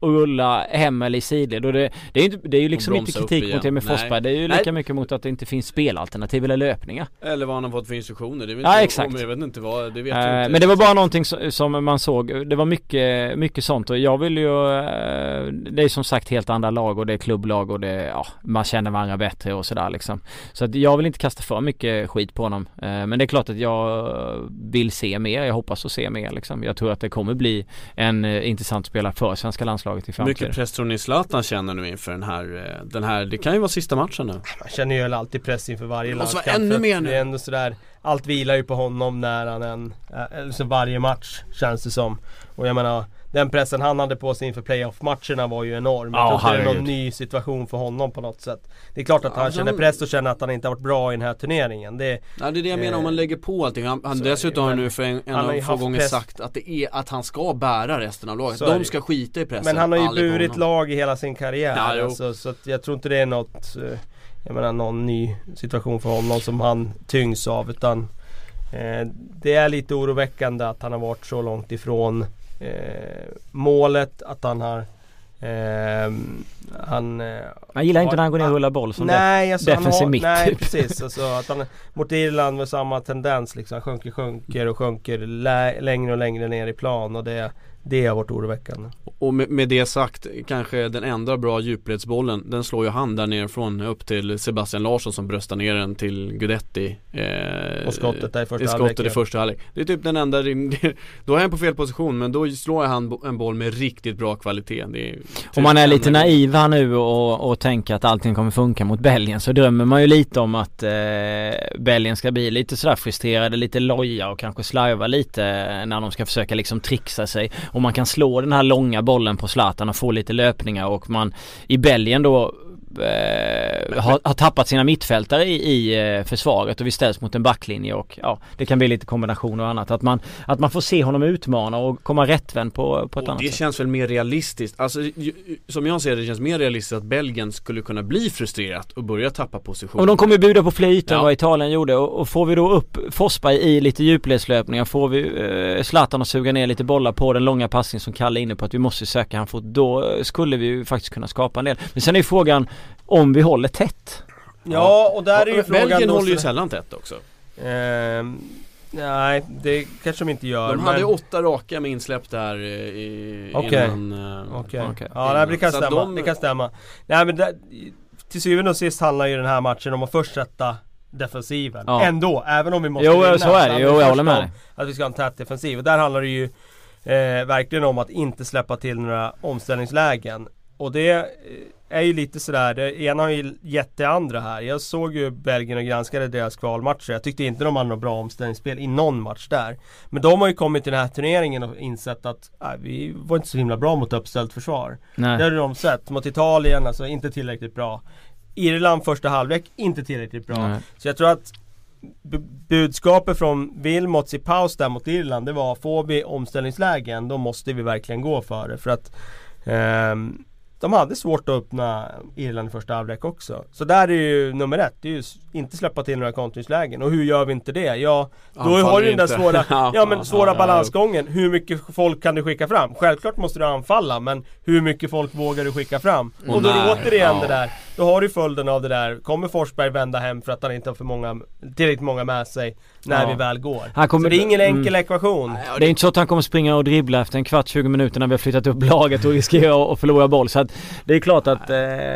rulla hem eller i sidled. Och det är ju liksom inte kritik mot Emil Forsberg. Det är ju lika mycket mot att det inte finns spelalternativ eller löpningar. Eller vad han har fått för instruktioner. Det vet exakt. Jag vet inte vad, det vet jag inte. Men det var bara någonting som man såg. Det var mycket sånt. Och jag vill ju, det är som sagt helt andra lag och det är klubblag och det, man känner varandra bättre och sådär liksom. Så att jag vill inte kasta för mycket skit på honom. Men det är klart att jag vill se mer. Jag hoppas att se mer liksom. Jag tror att det kommer bli en intressant spelare för svenska landslaget i framtiden. Mycket press tror ni Zlatan känner nu inför den här, det kan ju vara sista matchen nu. Man känner ju alltid press inför varje landskamp. Ännu mer nu. Det är ändå sådär, allt vilar ju på honom när han så varje match känns det som. Och jag menar, den pressen han hade på sig inför playoff-matcherna var ju enorm. Jag tror att det är någon ny situation för honom på något sätt. Det är klart att han känner press och känner att han inte har varit bra i den här turneringen. Det är det jag menar, om man lägger på allting. Han dessutom har nu för en av få gånger sagt att det är att han ska bära resten av laget. De ska skita i pressen. Men han har ju burit lag i hela sin karriär. Så att jag tror inte det är något, jag menar, någon ny situation för honom som han tyngs av, utan det är lite oroväckande att han har varit så långt ifrån målet, att han har man gillar inte när han går ner och rullar boll som defensiv mitt. Nej, precis. Alltså, att han mot Irland med samma tendens liksom, sjunker längre och längre ner i plan, och det har varit oroväckande. Och med det sagt, kanske den enda bra djupledsbollen, den slår ju han där nerifrån upp till Sebastian Larsson som bröstar ner den till Gudetti. Och skottet där i första halvlek. Det är typ den enda, då är han på fel position, men då slår han en boll med riktigt bra kvalitet. Om man är lite naiv här nu och tänker att allting kommer funka mot Belgien, så drömmer man ju lite om att Belgien ska bli lite sådär frustrerade, lite loja och kanske slarva lite när de ska försöka liksom trixa sig. Och man kan slå den här långa bollen på Zlatan och få lite löpningar, och man i Belgien då har tappat sina mittfältare i försvaret, och vi ställs mot en backlinje, och det kan bli lite kombination och annat, att man får se honom utmana och komma rättvänd på ett annat sätt. Det känns väl mer realistiskt, alltså, som jag ser det känns mer realistiskt att Belgien skulle kunna bli frustrerat och börja tappa position. Och de kommer buda på fler ytor än vad Italien gjorde, och får vi då upp Forsberg i lite djupledslöpningar, får vi Zlatan att suga ner lite bollar på den långa passning som Kalle är inne på att vi måste söka han fot, då skulle vi ju faktiskt kunna skapa en del. Men sen är ju frågan om vi håller tätt. Ja, och där är ju frågan. Belgien håller ju sällan tätt också. Nej, det kanske de inte gör. De hade 8 raka med insläpp där innan. Okej. Ja, det kan stämma. Det kan stämma. Nej, men till syvende och sist handlar ju den här matchen om att först sätta defensiven. Ja. Ändå, även om vi måste vinna. Så är det. Jag håller med dig. Att vi ska ha en tät defensiv. Och där handlar det ju verkligen om att inte släppa till några omställningslägen. Och det är ju lite sådär, det ena har ju gett det andra här. Jag såg ju Belgien och granskade deras kvalmatcher. Jag tyckte inte de hade något bra omställningsspel i någon match där. Men de har ju kommit till den här turneringen och insett att vi var inte så himla bra mot uppställt försvar. Nej. Det har de sett. Mot Italien, alltså inte tillräckligt bra. Irland första halvlek, inte tillräckligt bra. Nej. Så jag tror att budskapet från Wilmots i paus där mot Irland, det var, får vi omställningslägen, då måste vi verkligen gå för det. För att de hade svårt att öppna Irland i första halvlek också. Så där är ju nummer 1, det är ju inte släppa till några kontringslägen. Och hur gör vi inte det? Ja, då har du den där svåra balansgången. Hur mycket folk kan du skicka fram? Självklart måste du anfalla, men hur mycket folk vågar du skicka fram? Och då är det återigen det där. Då har du följden av det där. Kommer Forsberg vända hem för att han inte har tillräckligt många med sig när vi väl går? Så det är ingen enkel ekvation. Det är inte så att han kommer springa och dribbla efter en kvart, 20 minuter när vi har flyttat upp laget och riskerar att förlora boll. Så att det är klart att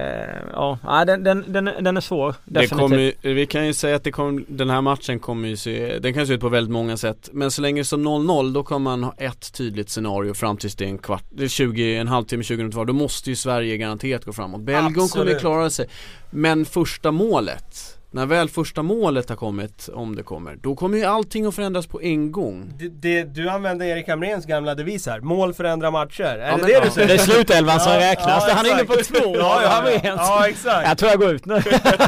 den är svår. Vi kan ju säga att den här matchen kommer ju den kan se ut på väldigt många sätt. Men så länge som 0-0, då kommer man ha ett tydligt scenario fram tills det är en kvart. Det är en halvtimme, 20 minuter kvar. Då måste ju Sverige garanterat gå framåt. Belgien kommer klara sig. Men första målet, när väl första målet har kommit, om det kommer, då kommer ju allting att förändras på en gång. Du använder Erik Hamréns gamla devis här. Mål förändrar matcher. Är det det du säger? Det är slutelvan som räknas. Han är inne på 2. Ja, exakt. Jag tror jag går ut nu.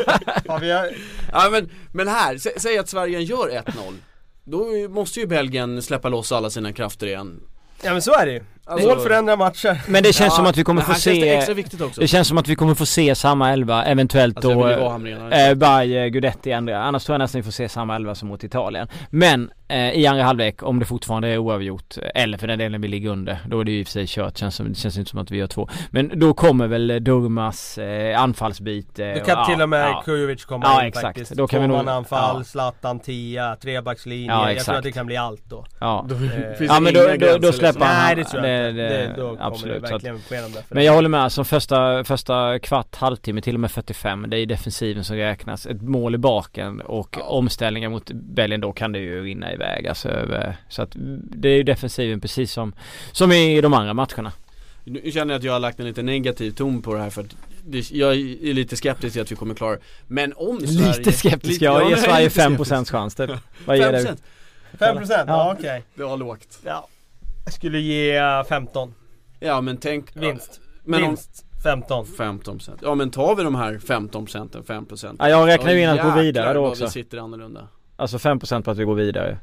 Men här, säg att Sverige gör 1-0. Då måste ju Belgien släppa loss alla sina krafter igen. Ja, men så är det ju. Alltså, mål förändrar matcher. Men det känns som att vi kommer få se. Det extra viktigt också. Det känns som att vi kommer få se samma 11, eventuellt alltså, då Baje, Gudetti, Andrea. Annars tror jag nästan vi får se samma 11 som mot Italien. Men i andra halvlek, om det fortfarande är oavgjort, eller för den delen vi ligger under, då är det ju i och för sig kört. Det känns inte som att vi gör 2. Men då kommer väl Durmas anfallsbit. Du kan till och med Kujovic komma in exakt. faktiskt. Då kan vi nog anfall, Zlatan 10, trebackslinje. Jag tror att det kan bli allt då. Ja, men då släpper han. Nej, det tror jag inte. Då kommer absolut. det verkligen ske dem där. Men jag håller med, som första kvart, halvtimme, till och med 45. Det är defensiven som räknas. Ett mål i baken och omställningar mot Belgien, då kan det ju rinna iväg. Alltså, så att det är ju defensiven precis som i de andra matcherna. Nu känner jag att jag har lagt en lite negativ ton på det här, för att jag är lite skeptisk till att vi kommer klara. Men om Sverige... Lite skeptisk, jag ger Sverige 5% chans typ. Vad ger det? 5%? Ja, okej. Det var lågt. Ja. Jag skulle ge 15. Ja, men tänk... Vinst. Men vinst. 15%. Ja, men tar vi de här 15%, 5%. Ja, jag räknar ju in att gå vidare då också. Vi sitter annorlunda. Alltså 5% på att vi går vidare.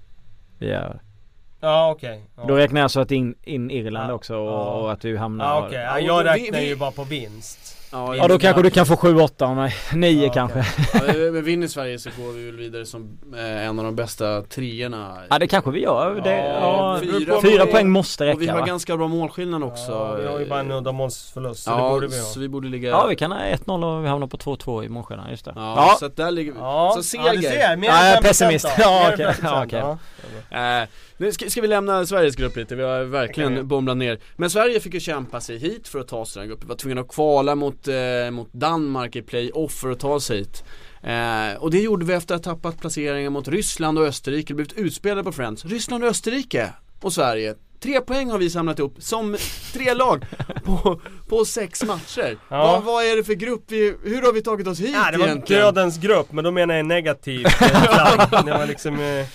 Ja, okej. Ja. Då räknar jag så att in Irland också och att vi hamnar... Ja, okej. Ja, jag räknar ju bara på vinst. Ja, då kanske du kan få 7-8 av mig. 9 kanske. Ja, men vinner Sverige så går vi väl vidare som en av de bästa treorna. Ja, det kanske vi gör. 4 poäng måste räcka. Och vi har ganska bra målskillnad också. Ja, vi har ju bara en uddamålsförlust, så ja, det borde vi ha. Så vi borde ligga... Ja, vi kan ha 1-0 och vi hamnar på 2-2 i målskillnad, just det. Ja, så att där ligger vi. Ja, så seger. Du ser, mer än 5%. Pessimist. Ja, okej. Nu ska vi lämna Sveriges grupp lite. Vi har verkligen bomblat ner. Men Sverige fick ju kämpa sig hit för att ta sig den gruppen. Vi var tvungna att kvala mot Danmark i play-off för att ta sig hit. Och det gjorde vi efter att ha tappat placeringar mot Ryssland och Österrike. Det blivit utspelade på Friends. Ryssland och Österrike och Sverige. 3 poäng har vi samlat upp som 3 lag på 6 matcher. Ja. Vad är det för grupp? Hur har vi tagit oss hit det var egentligen? dödens grupp, men då menar jag negativt. Det var liksom...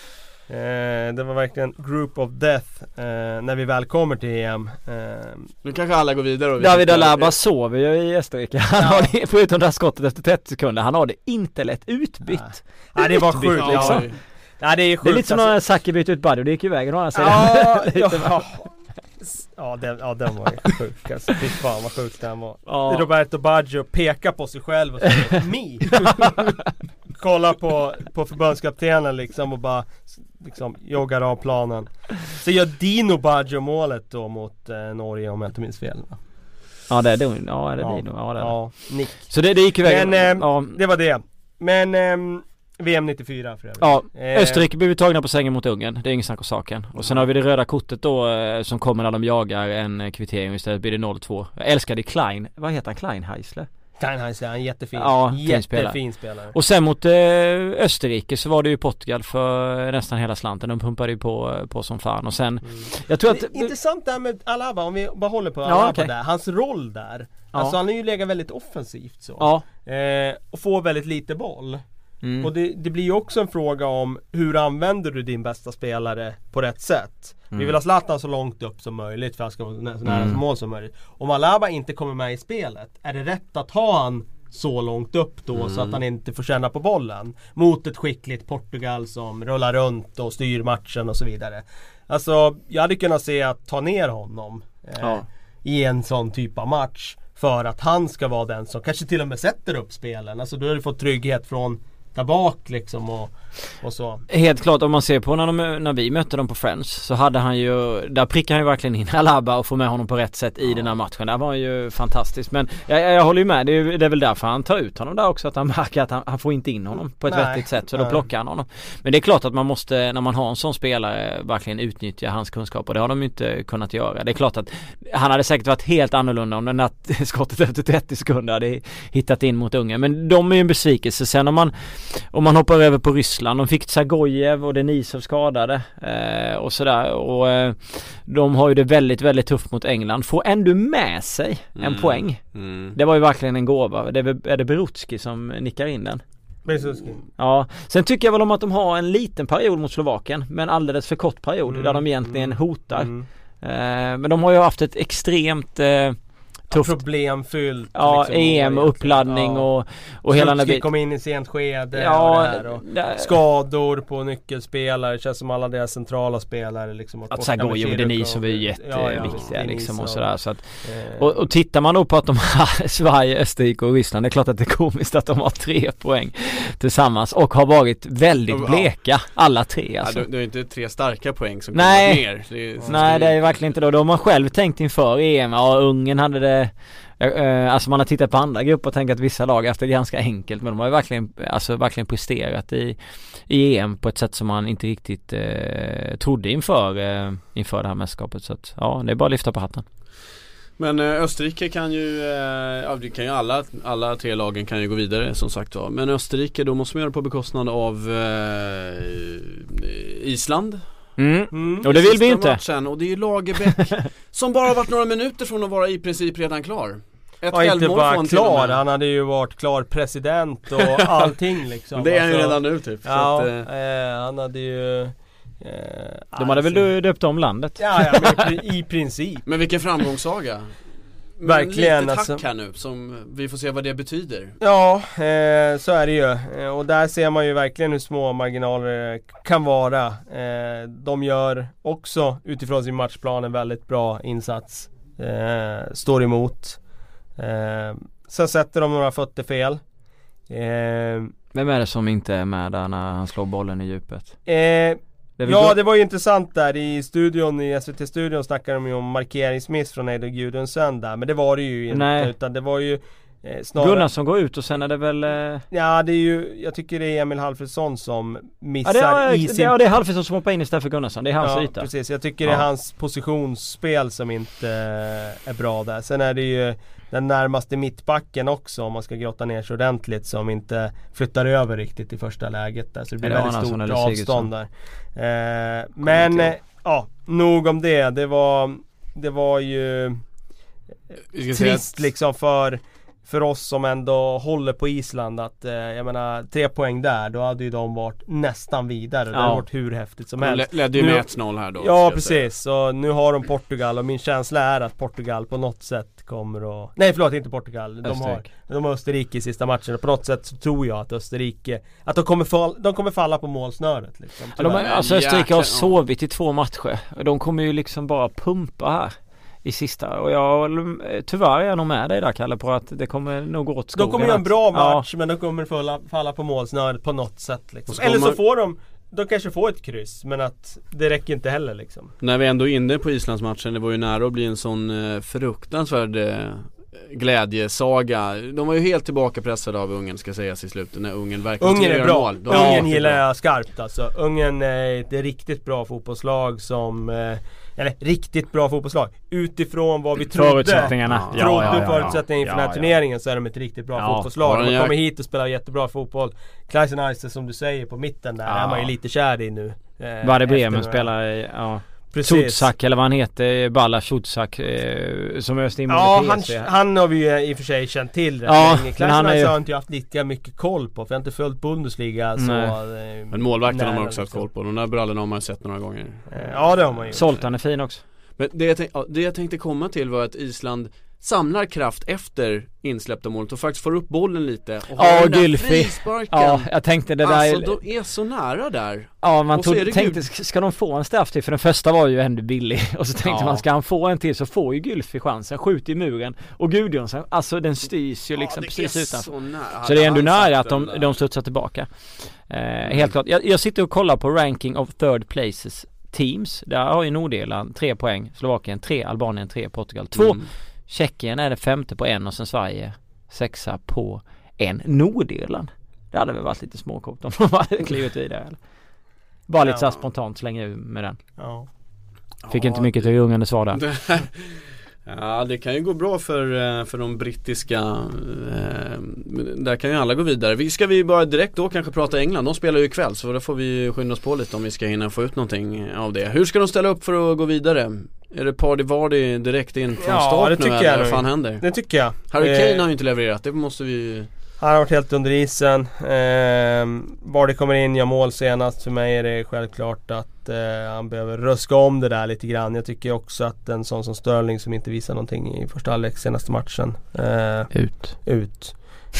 det var verkligen group of death när vi väl kommer till EM. Nu kanske alla går vidare och David Alaba sover ju i Österrike. Han har det, förutom det här skottet efter 30 sekunder, han har det inte lätt utbytt. Nej, det var sjukt liksom. Ja, det är sjukt. Det är lite som när Saki bytte ut Buddy och det gick ju vägen. Den var ju sjuk alltså. Fy fan vad sjukt den var. Roberto Baggio pekar på sig själv och säger kolla på förbundskaptenen liksom och bara liksom joggar av planen. Så gör Dino Baggio målet då mot Norge, om jag inte minns fel. Ja, det är Dino. Ja, det är Dino. Ja, det är ja, Nick. Så det gick ju vägen. Men det var det. Men VM 94 för övrigt. Ja, Österrike blev tagna på sängen mot Ungern. Det är ingen snack om saken. Och sen har vi det röda kortet då som kommer när de jagar en kvittering. Istället blir det 0-2. Jag älskade Klein. Vad heter han? Kleinheisler? Kleinheisler, han är jättefin. Ja, jättefin spelare. Och sen mot Österrike så var det ju Portugal för nästan hela slanten. De pumpade ju på som fan. Och sen, jag tror att... Det är intressant där med Alaba, om vi bara håller på Alaba där. Hans roll där. Alltså han är ju legat väldigt offensivt så. Ja. Och får väldigt lite boll. Och det blir ju också en fråga om hur använder du din bästa spelare på rätt sätt. Vi vill ha Zlatan så långt upp som möjligt för att han ska vara så nära som mål som möjligt. Om Alaba inte kommer med i spelet, är det rätt att ha han så långt upp då så att han inte får känna på bollen mot ett skickligt Portugal som rullar runt och styr matchen och så vidare. Alltså jag hade kunnat se att ta ner honom i en sån typ av match för att han ska vara den som kanske till och med sätter upp spelen. Alltså då har du fått trygghet från där bak liksom och så. Helt klart, om man ser på när vi mötte dem på Friends så hade han ju, där prickade han ju verkligen in Alaba och få med honom på rätt sätt i den här matchen. Det var ju fantastiskt, men jag håller ju med, det är väl därför han tar ut honom där också, att han märker att han får inte in honom på ett vettigt sätt, så då plockar han honom. Men det är klart att man måste, när man har en sån spelare, verkligen utnyttja hans kunskap, och det har de ju inte kunnat göra. Det är klart att han hade säkert varit helt annorlunda om den där skottet efter 30 sekunder hade hittat in mot Ungern, men de är ju en besvikelse. Sen om man hoppar över på Ryssland, de fick Zagojev och Denisov skadade och sådär, och de har ju det väldigt, väldigt tufft mot England. Får ändå med sig en poäng. Det var ju verkligen en gåva. Är det Berutski som nickar in den? Ja, sen tycker jag väl om att de har en liten period mot Slovakien, men alldeles för kort period där de egentligen hotar. Men de har ju haft ett extremt tufft. Problemfyllt. Ja, liksom, EM och uppladdning och hela den biten. Kom in i sent skede ja, och det här, och skador på nyckelspelare. Det känns som alla deras centrala spelare liksom, att Zagojev och Denis var ju jätteviktiga liksom och sådär. Så att, och tittar man då på att de har Sverige, Österrike och Ryssland, det är klart att det är komiskt att de har 3 poäng tillsammans och har varit väldigt bleka alla 3 alltså. Ja, det är inte 3 starka poäng som kommer ner. Nej, det är verkligen inte då. De har själv tänkt inför EM. Ja, Ungern hade det. Alltså man har tittat på andra grupper och tänkt att vissa lag efter det ganska enkelt, men de har ju verkligen presterat i EM på ett sätt som man inte riktigt trodde inför det här mästerskapet. Så att, ja, det är bara att lyfta på hatten. Men Österrike kan ju, det kan ju alla 3 lagen kan ju gå vidare som sagt var. Men Österrike, då måste man göra det på bekostnad av Island. Och det vill vi inte. Matchen, och det är ju Lagerbäck som bara har varit några minuter från att vara i princip redan klar. Inte bara klar, han hade ju varit klar president och allting liksom. Det är han ju redan nu typ. Ja, så att, han hade ju de hade väl döpt om landet. Ja, men i princip. Men vilken framgångssaga. Verkligen, lite tack här nu, som vi får se vad det betyder. Ja, så är det ju. Och där ser man ju verkligen hur små marginaler kan vara. De gör också utifrån sin matchplan en väldigt bra insats. Står emot. Sen sätter de några fötter fel. Vem är det som inte är med där när han slår bollen i djupet? Det var ju intressant där i studion, i SVT-studion snackade de ju om markeringsmiss från Eidur Gudjonsen där, men det var det ju inte, utan det var ju snarare Gunnarsson går ut och sen är det väl ja, det är ju, jag tycker det är Emil Halfredsson som missar det är Halfredsson som hoppar in istället för Gunnarsson, det är hans yta. Precis, jag tycker det är hans positionsspel som inte är bra där. Sen är det ju den närmaste mittbacken också, om man ska grotta ner sig ordentligt, som inte flyttar över riktigt i första läget där, så det blir väldigt stort avstånd där. Men nog om det. Det var ju trist liksom för oss som ändå håller på Island, att jag menar 3 poäng där, då hade ju de varit nästan vidare. Det hade varit hur häftigt som helst. Ledde ju med 1-0 här då. Ja, precis. Så nu har de Portugal, och min känsla är att Portugal på något sätt kommer att... Nej, förlåt, inte Portugal. De har Österrike i sista matchen, och på något sätt så tror jag att Österrike, att de kommer falla på målsnöret liksom. Österrike har sovit i 2 matcher. De kommer ju liksom bara pumpa här i sista, och tyvärr är jag nog med dig där, Kalle, på att det kommer nog gå åt skogen. De kommer göra en bra match, men de kommer falla på målsnöret på något sätt liksom. Eller så får de kanske får ett kryss, men att det räcker inte heller liksom. När vi ändå är inne på Islandsmatchen, det var ju nära att bli en sån fruktansvärd glädjesaga. De var ju helt tillbaka pressade av Ungern, ska sägas i slutet, när Ungern verkligen är bra. Ungern gillar jag skarpt alltså. Ungern är ett riktigt bra fotbollslag som riktigt bra fotbollslag utifrån vad vi trodde. Förutsättningarna inför den här turneringen, så är de ett riktigt bra fotbollslag. De kommer hit och spelar jättebra fotboll. Kleisen, som du säger, på mitten där är man ju lite kär i nu. Var det Bremen spelar i Schutzak, eller vad han heter, Balla Schutzak, som öst in mot han har vi ju i och för sig känt till rätt länge. Kleisen har jag inte haft lika mycket koll på, för jag har inte följt Bundesliga så, men målvakten har man också haft koll på. De där brallerna har man sett några gånger. Ja, det har man ju. Zoltan är fin också. Men det jag tänkte komma till var att Island samlar kraft efter insläppta målet och faktiskt får upp bollen lite och har den där frisparken. Ja, jag tänkte det där. Alltså, de är så nära där. Ja, man tänkte, ska de få en straff till? För den första var ju ändå billig. Och så tänkte man, ska han få en till så får ju Gylfi chansen. Skjut i muren. Och Gudjonsen, alltså den styrs ju liksom precis utanför. Så det är ändå nära att de studsar tillbaka. Helt klart. Jag sitter och kollar på ranking of third places teams. Där har ju Nordirland 3 poäng, Slovakien 3, Albanien 3, Portugal 2. Tjeckien är det 5:e på 1 och sen Sverige 6:a på 1. Nordirland, det hade väl varit lite småkort om de hade klivit vidare. Bara lite så spontant slänga ur med den. Fick inte mycket till rungande svar där. Ja, det kan ju gå bra för de brittiska. Där kan ju alla gå vidare. Ska vi bara direkt då kanske prata England? De spelar ju ikväll, så då får vi skynda oss på lite om vi ska hinna få ut någonting av det. Hur ska de ställa upp för att gå vidare? Är det Party direkt in från start det nu? Tycker jag. Vad fan händer? Det tycker jag. Harry Kane har ju inte levererat, det måste vi... Han har varit helt under isen. Var det kommer in, gör mål senast. För mig är det självklart att han behöver röska om det där lite grann. Jag tycker också att en sån som Sterling som inte visar någonting i första halvlek senaste matchen. Ut.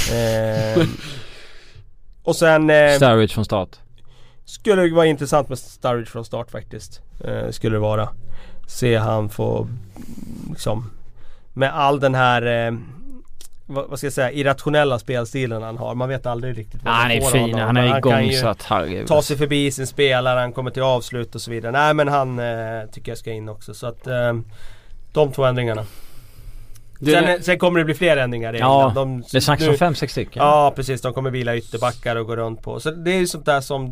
Och sen Sturridge från start. skulle det vara intressant med Sturridge från start faktiskt. Skulle det vara. Se han få liksom, med all den här vad ska jag säga, irrationella spelstilen han har. Man vet aldrig riktigt vad han är fin, han är igång så att herregud. Ta sig förbi sin spelare, han kommer till avslut och så vidare. Nej men han tycker jag ska in också. Så att de 2 ändringarna. Sen kommer det bli fler ändringar. Ja, det snackas om 5-6 stycken. Ja precis, de kommer vila ytterbackar och gå runt på. Så det är ju sånt där som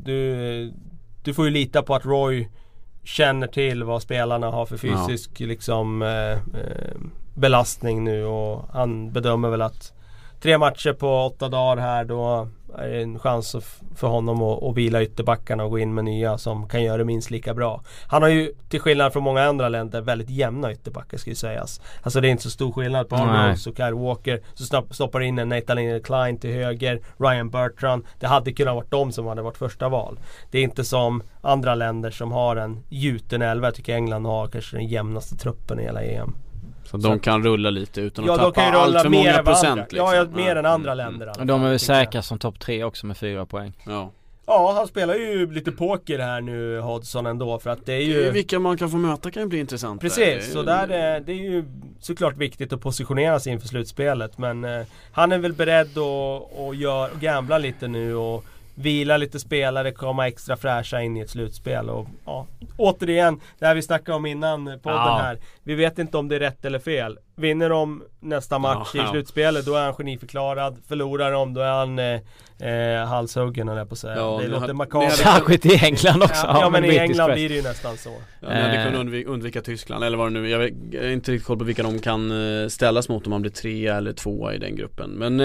du får ju lita på att Roy känner till vad spelarna har för fysisk liksom belastning nu, och han bedömer väl att 3 matcher på 8 dagar här, då är det en chans för honom att vila ytterbackarna och gå in med nya som kan göra det minst lika bra. Han har ju till skillnad från många andra länder väldigt jämna ytterbackar ska ju sägas. Alltså det är inte så stor skillnad på Arnold och Kyle Walker, så stoppar in en Nathaniel Klein till höger, Ryan Bertrand. Det hade kunnat varit de som hade varit första val. Det är inte som andra länder som har en gjuten 11. Jag tycker England har kanske den jämnaste truppen i hela EM. Så de kan rulla lite utan att tappa allt för många procent liksom. Ja, mer än andra länder. Och de är väl säkra som topp 3 också med 4 poäng. Ja, han spelar ju lite poker här nu, Hodgson ändå, för att det är ju vilka man kan få möta kan ju bli intressant. Precis, så där det är ju såklart viktigt att positionera sig inför slutspelet. Men han är väl beredd att gambla lite nu och vila lite spelare, komma extra fräscha in i ett slutspel. Och ja, återigen, det här vi snackade om innan podden här. Vi vet inte om det är rätt eller fel. Vinner de nästa match i slutspelet, då är han geniförklarad. Förlorar de, då är han halshuggen, eller på att säga. Det låter makabert. Särskilt i England också. Ja, men i England blir det ju nästan så. Ja, ni hade kunnat undvika Tyskland, eller vad det nu. Jag är inte riktigt koll på vilka de kan ställas mot om man blir 3 eller 2 i den gruppen. Men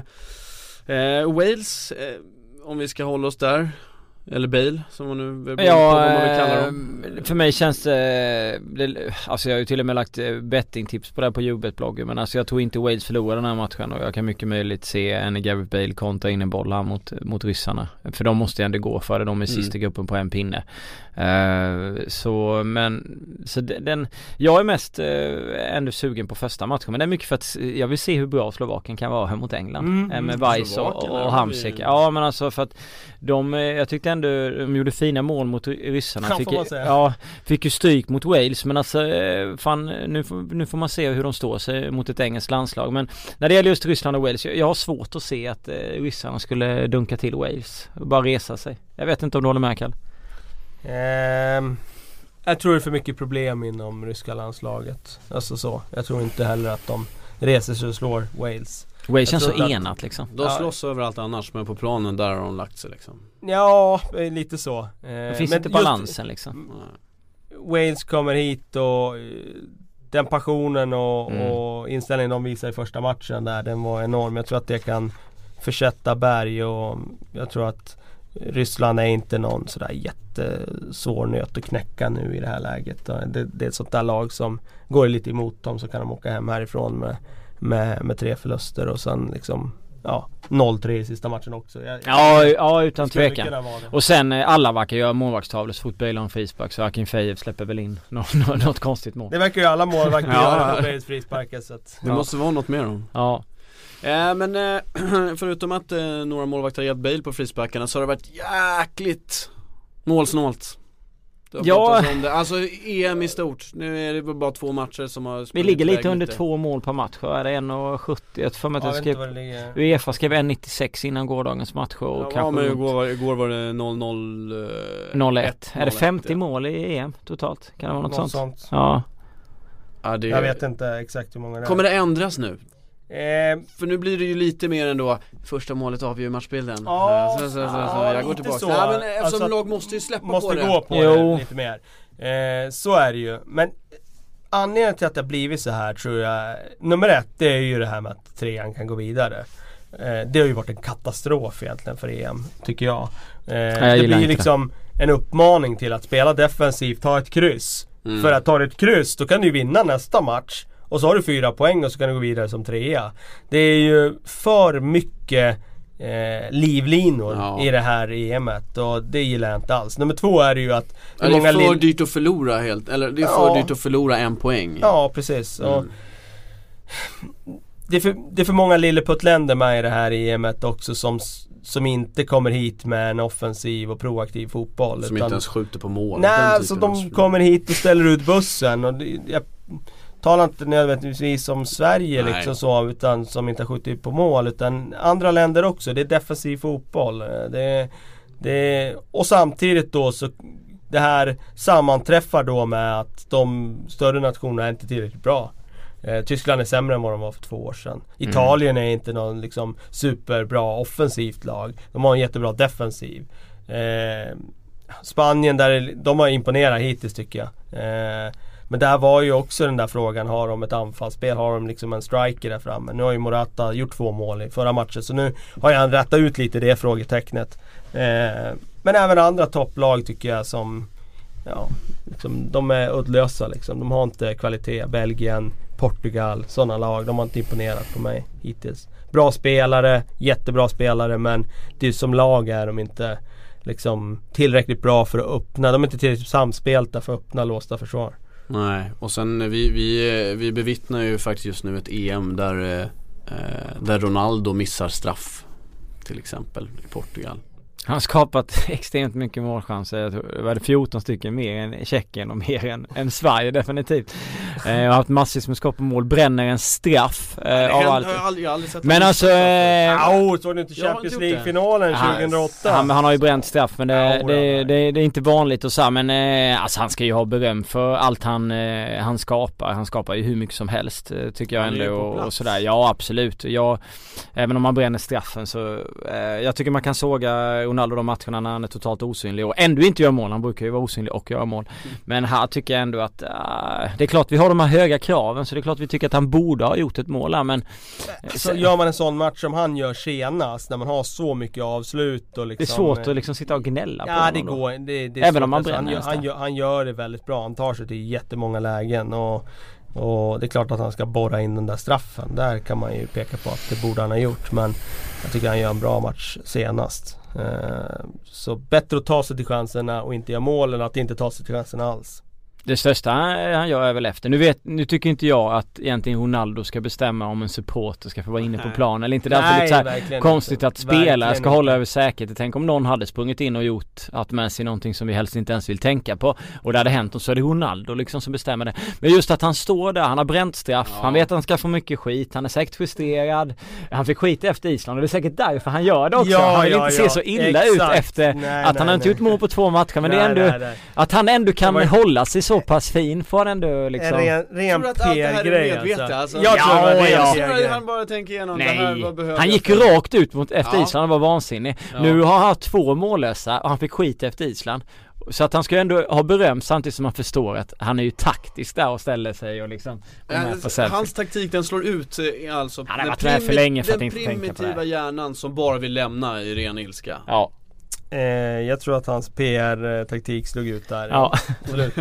Wales, om vi ska hålla oss där, eller Bale som man nu vad man vill kalla dem. För mig känns det, alltså jag har ju till och med lagt bettingtips på det här på Jubet-bloggen, men alltså jag tror inte Wales förlorar den här matchen, och jag kan mycket möjligt se en Gareth Bale kontra in en boll här mot ryssarna, för de måste ju ändå gå för det, de är sista gruppen på en pinne. Jag är mest ändå sugen på första matchen, men det är mycket för att jag vill se hur bra Slovakien kan vara här mot England med Weiss och Hamsik. Ja, men alltså för att jag tyckte ändå de gjorde fina mål mot ryssarna. Fick ju stryk mot Wales, men alltså fan, nu får man se hur de står sig mot ett engelskt landslag. Men när det gäller just Ryssland och Wales, jag har svårt att se att ryssarna skulle dunka till Wales och bara resa sig. Jag vet inte om du håller med, Kalle. Jag tror det är för mycket problem inom ryska landslaget. Alltså så. Jag tror inte heller att de reser sig och slår Wales. Wales känns så enat liksom. De slåss överallt annars, men på planen där har de lagt sig liksom. Ja, lite så. Det finns inte balansen liksom. Wales kommer hit och den passionen och inställningen de visar i första matchen där, den var enorm. Jag tror att det kan försätta berg, och jag tror att Ryssland är inte någon sådär jättesvår nöt att knäcka nu i det här läget. Det är ett sånt där lag som går lite emot dem, så kan de åka hem härifrån med 3 förluster och sen liksom 0-3 i sista matchen också. Ja, utan tvekan. Och sen alla verkar göra målvaktstavlor så fort Bale har en frispark, så Akin Fejev släpper väl in något konstigt mål. Det verkar ju alla målvakter göra på Bales frisparkar, så att, det måste vara något mer om. Ja. Men förutom att några målvakter har gett Bale på frisparkarna, så har det varit jäkligt målsnålt. Alltså EM i stort. Nu är det bara 2 matcher som har. Vi ligger lite under 2 mål per match. Är det 1,70? För mig att UEFA skrev 1,96 innan gårdagens match. Men igår var det 0-0 0-1. Är det 50 mål i EM totalt? Kan det vara något sånt? Ja, jag vet inte exakt hur många det är. Kommer det ändras nu? För nu blir det ju lite mer ändå. Första målet avgör matchbilden. Jag går tillbaka. Men eftersom alltså, lag måste ju släppa måste på det. Gå på det lite mer. Så är det ju. Men anledningen till att det har blivit så här, tror jag, nummer 1, det är ju det här med att 3an kan gå vidare. Det har ju varit en katastrof egentligen för EM, tycker jag. Det blir liksom en uppmaning till att spela defensivt, ta ett kryss. För att ta ett kryss, då kan du vinna nästa match. Och så har du 4 poäng och så kan du gå vidare som 3:a. Det är ju för mycket livlinor i det här EM:et och det gillar jag inte alls. Nummer 2 är det ju att det är för dyrt att förlora helt, eller det är för dyrt att förlora 1 poäng. Ja, precis. Och det är för många lilleputtländer med i det här EM:et också som inte kommer hit med en offensiv och proaktiv fotboll. Som inte ens skjuter på mål. Nej, så de kommer hit och ställer ut bussen och jag talar inte nödvändigtvis om Sverige liksom så, utan som inte har skjutit på mål, utan andra länder också. Det är defensiv fotboll. Och samtidigt då så det här sammanträffar då med att de större nationerna är inte tillräckligt bra. Tyskland är sämre än vad de var för 2 år sedan. Italien är inte någon liksom superbra offensivt lag. De har en jättebra defensiv. Spanien, de har imponerat hittills tycker jag. Men där var ju också den där frågan, har de ett anfallsspel, har de liksom en striker där framme? Nu har ju Morata gjort 2 mål i förra matchen, så nu har han rättat ut lite det frågetecknet. Men även andra topplag tycker jag som liksom, de är uddlösa liksom. De har inte kvalitet. Belgien, Portugal, sådana lag, de har inte imponerat på mig hittills. Bra spelare, jättebra spelare, men det är som lag är de inte liksom tillräckligt bra för att öppna. De är inte tillräckligt samspelta för att öppna låsta försvar. Nej, och sen vi bevittnar ju faktiskt just nu ett EM där Ronaldo missar straff till exempel i Portugal. Han har skapat extremt mycket målchanser. Det var 14 stycken mer än Tjeckien och mer än Sverige definitivt. Jag har haft massvis med skott på mål. Bränner en straff av allt. Jag aldrig sett. Men alltså såg du inte Champions League-finalen 2008? Han har ju bränt straff, men det är inte vanligt och så, men alltså han ska ju ha beröm för allt han skapar. Han skapar ju hur mycket som helst tycker jag ändå och sådär. Ja, absolut. Även om han bränner straffen så jag tycker man kan såga Ronaldo de matcherna när han är totalt osynlig och ändå inte gör mål. Han brukar ju vara osynlig och göra mål. Men här tycker jag ändå att det är klart vi har de här höga kraven, så det är klart vi tycker att han borde ha gjort ett mål här, men så gör man en sån match som han gör senast, när man har så mycket avslut och liksom, det är svårt att liksom sitta och gnälla på honom. Det går. Det är även om man bränner. Han gör det väldigt bra. Han tar sig till jättemånga lägen och det är klart att han ska borra in den där straffen. Där kan man ju peka på att det borde han ha gjort, men jag tycker han gör en bra match senast. Så bättre att ta sig till chanserna och inte göra mål än att inte ta sig till chanserna alls. Det största han gör är väl efter. Nu tycker inte jag att egentligen Ronaldo ska bestämma om en supporter ska få vara inne på plan eller inte. Det är alltid lite så konstigt inte. Att spelare ska hålla över säkerhet. Tänk om någon hade sprungit in och haft med sig någonting som vi helst inte ens vill tänka på, och det hade hänt, och så är det Ronaldo liksom som bestämmer det. Men just att han står där, han har bränt straff, han vet att han ska få mycket skit, han är säkert frustrerad. Han fick skit efter Island och det är säkert därför han gör det också. Han vill inte se så illa ut efter att han har inte gjort mål på 2 matcher, men det är ändå att han ändå kan hålla sig så pass fin, får han ändå liksom ren PR-grej alltså. Jag tror han bara tänker igenom det här. Han gick rakt ut efter Island, han var vansinnig. Nu har han 2 mållösa och han fick skit efter Island. Så att han ska ändå ha beröm, samtidigt som man förstår att han är ju taktisk där och ställer sig och liksom hans taktik, den slår ut alltså han har varit med för länge för att inte tänka på det. Den primitiva hjärnan som bara vill lämna i ren ilska. Ja. Jag tror att hans PR-taktik slog ut där. Ja. Absolut.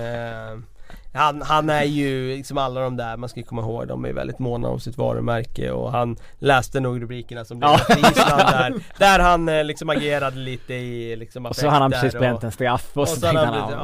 Han är ju liksom alla de där, man ska komma ihåg, de är väldigt måna om sitt varumärke, och han läste nog rubrikerna som blev i Island där han liksom agerade lite i liksom och så har han precis bränt en straff och så tänkte han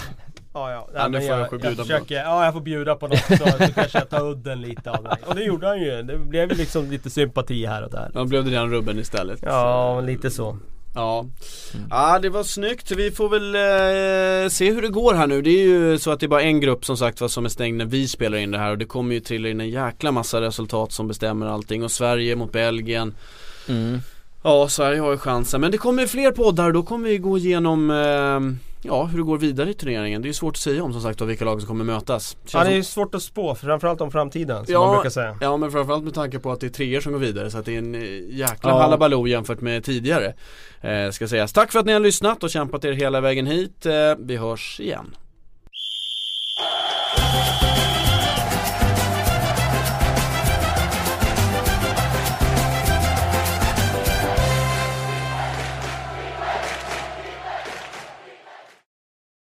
jag får bjuda på något, så kanske jag tar udden lite av det. Och det gjorde han ju. Det blev liksom lite sympati här och där. Då blev det den rubben istället. Ja, lite så. Ja. Ja, det var snyggt. Vi får väl se hur det går här nu. Det är ju så att det är bara en grupp som sagt som är stängd när vi spelar in det här, och det kommer ju trilla in en jäkla massa resultat som bestämmer allting, och Sverige mot Belgien. Ja, Sverige har ju chansen, men det kommer fler poddar och då kommer vi gå igenom hur det går vidare i turneringen. Det är ju svårt att säga om, som sagt, vilka lag som kommer mötas. Det är svårt att spå, framförallt om framtiden, som man brukar säga. Ja, men framförallt med tanke på att det är 3 som går vidare, så att det är en jäkla halabaloo jämfört med tidigare. Ska sägas. Tack för att ni har lyssnat och kämpat er hela vägen hit. Vi hörs igen.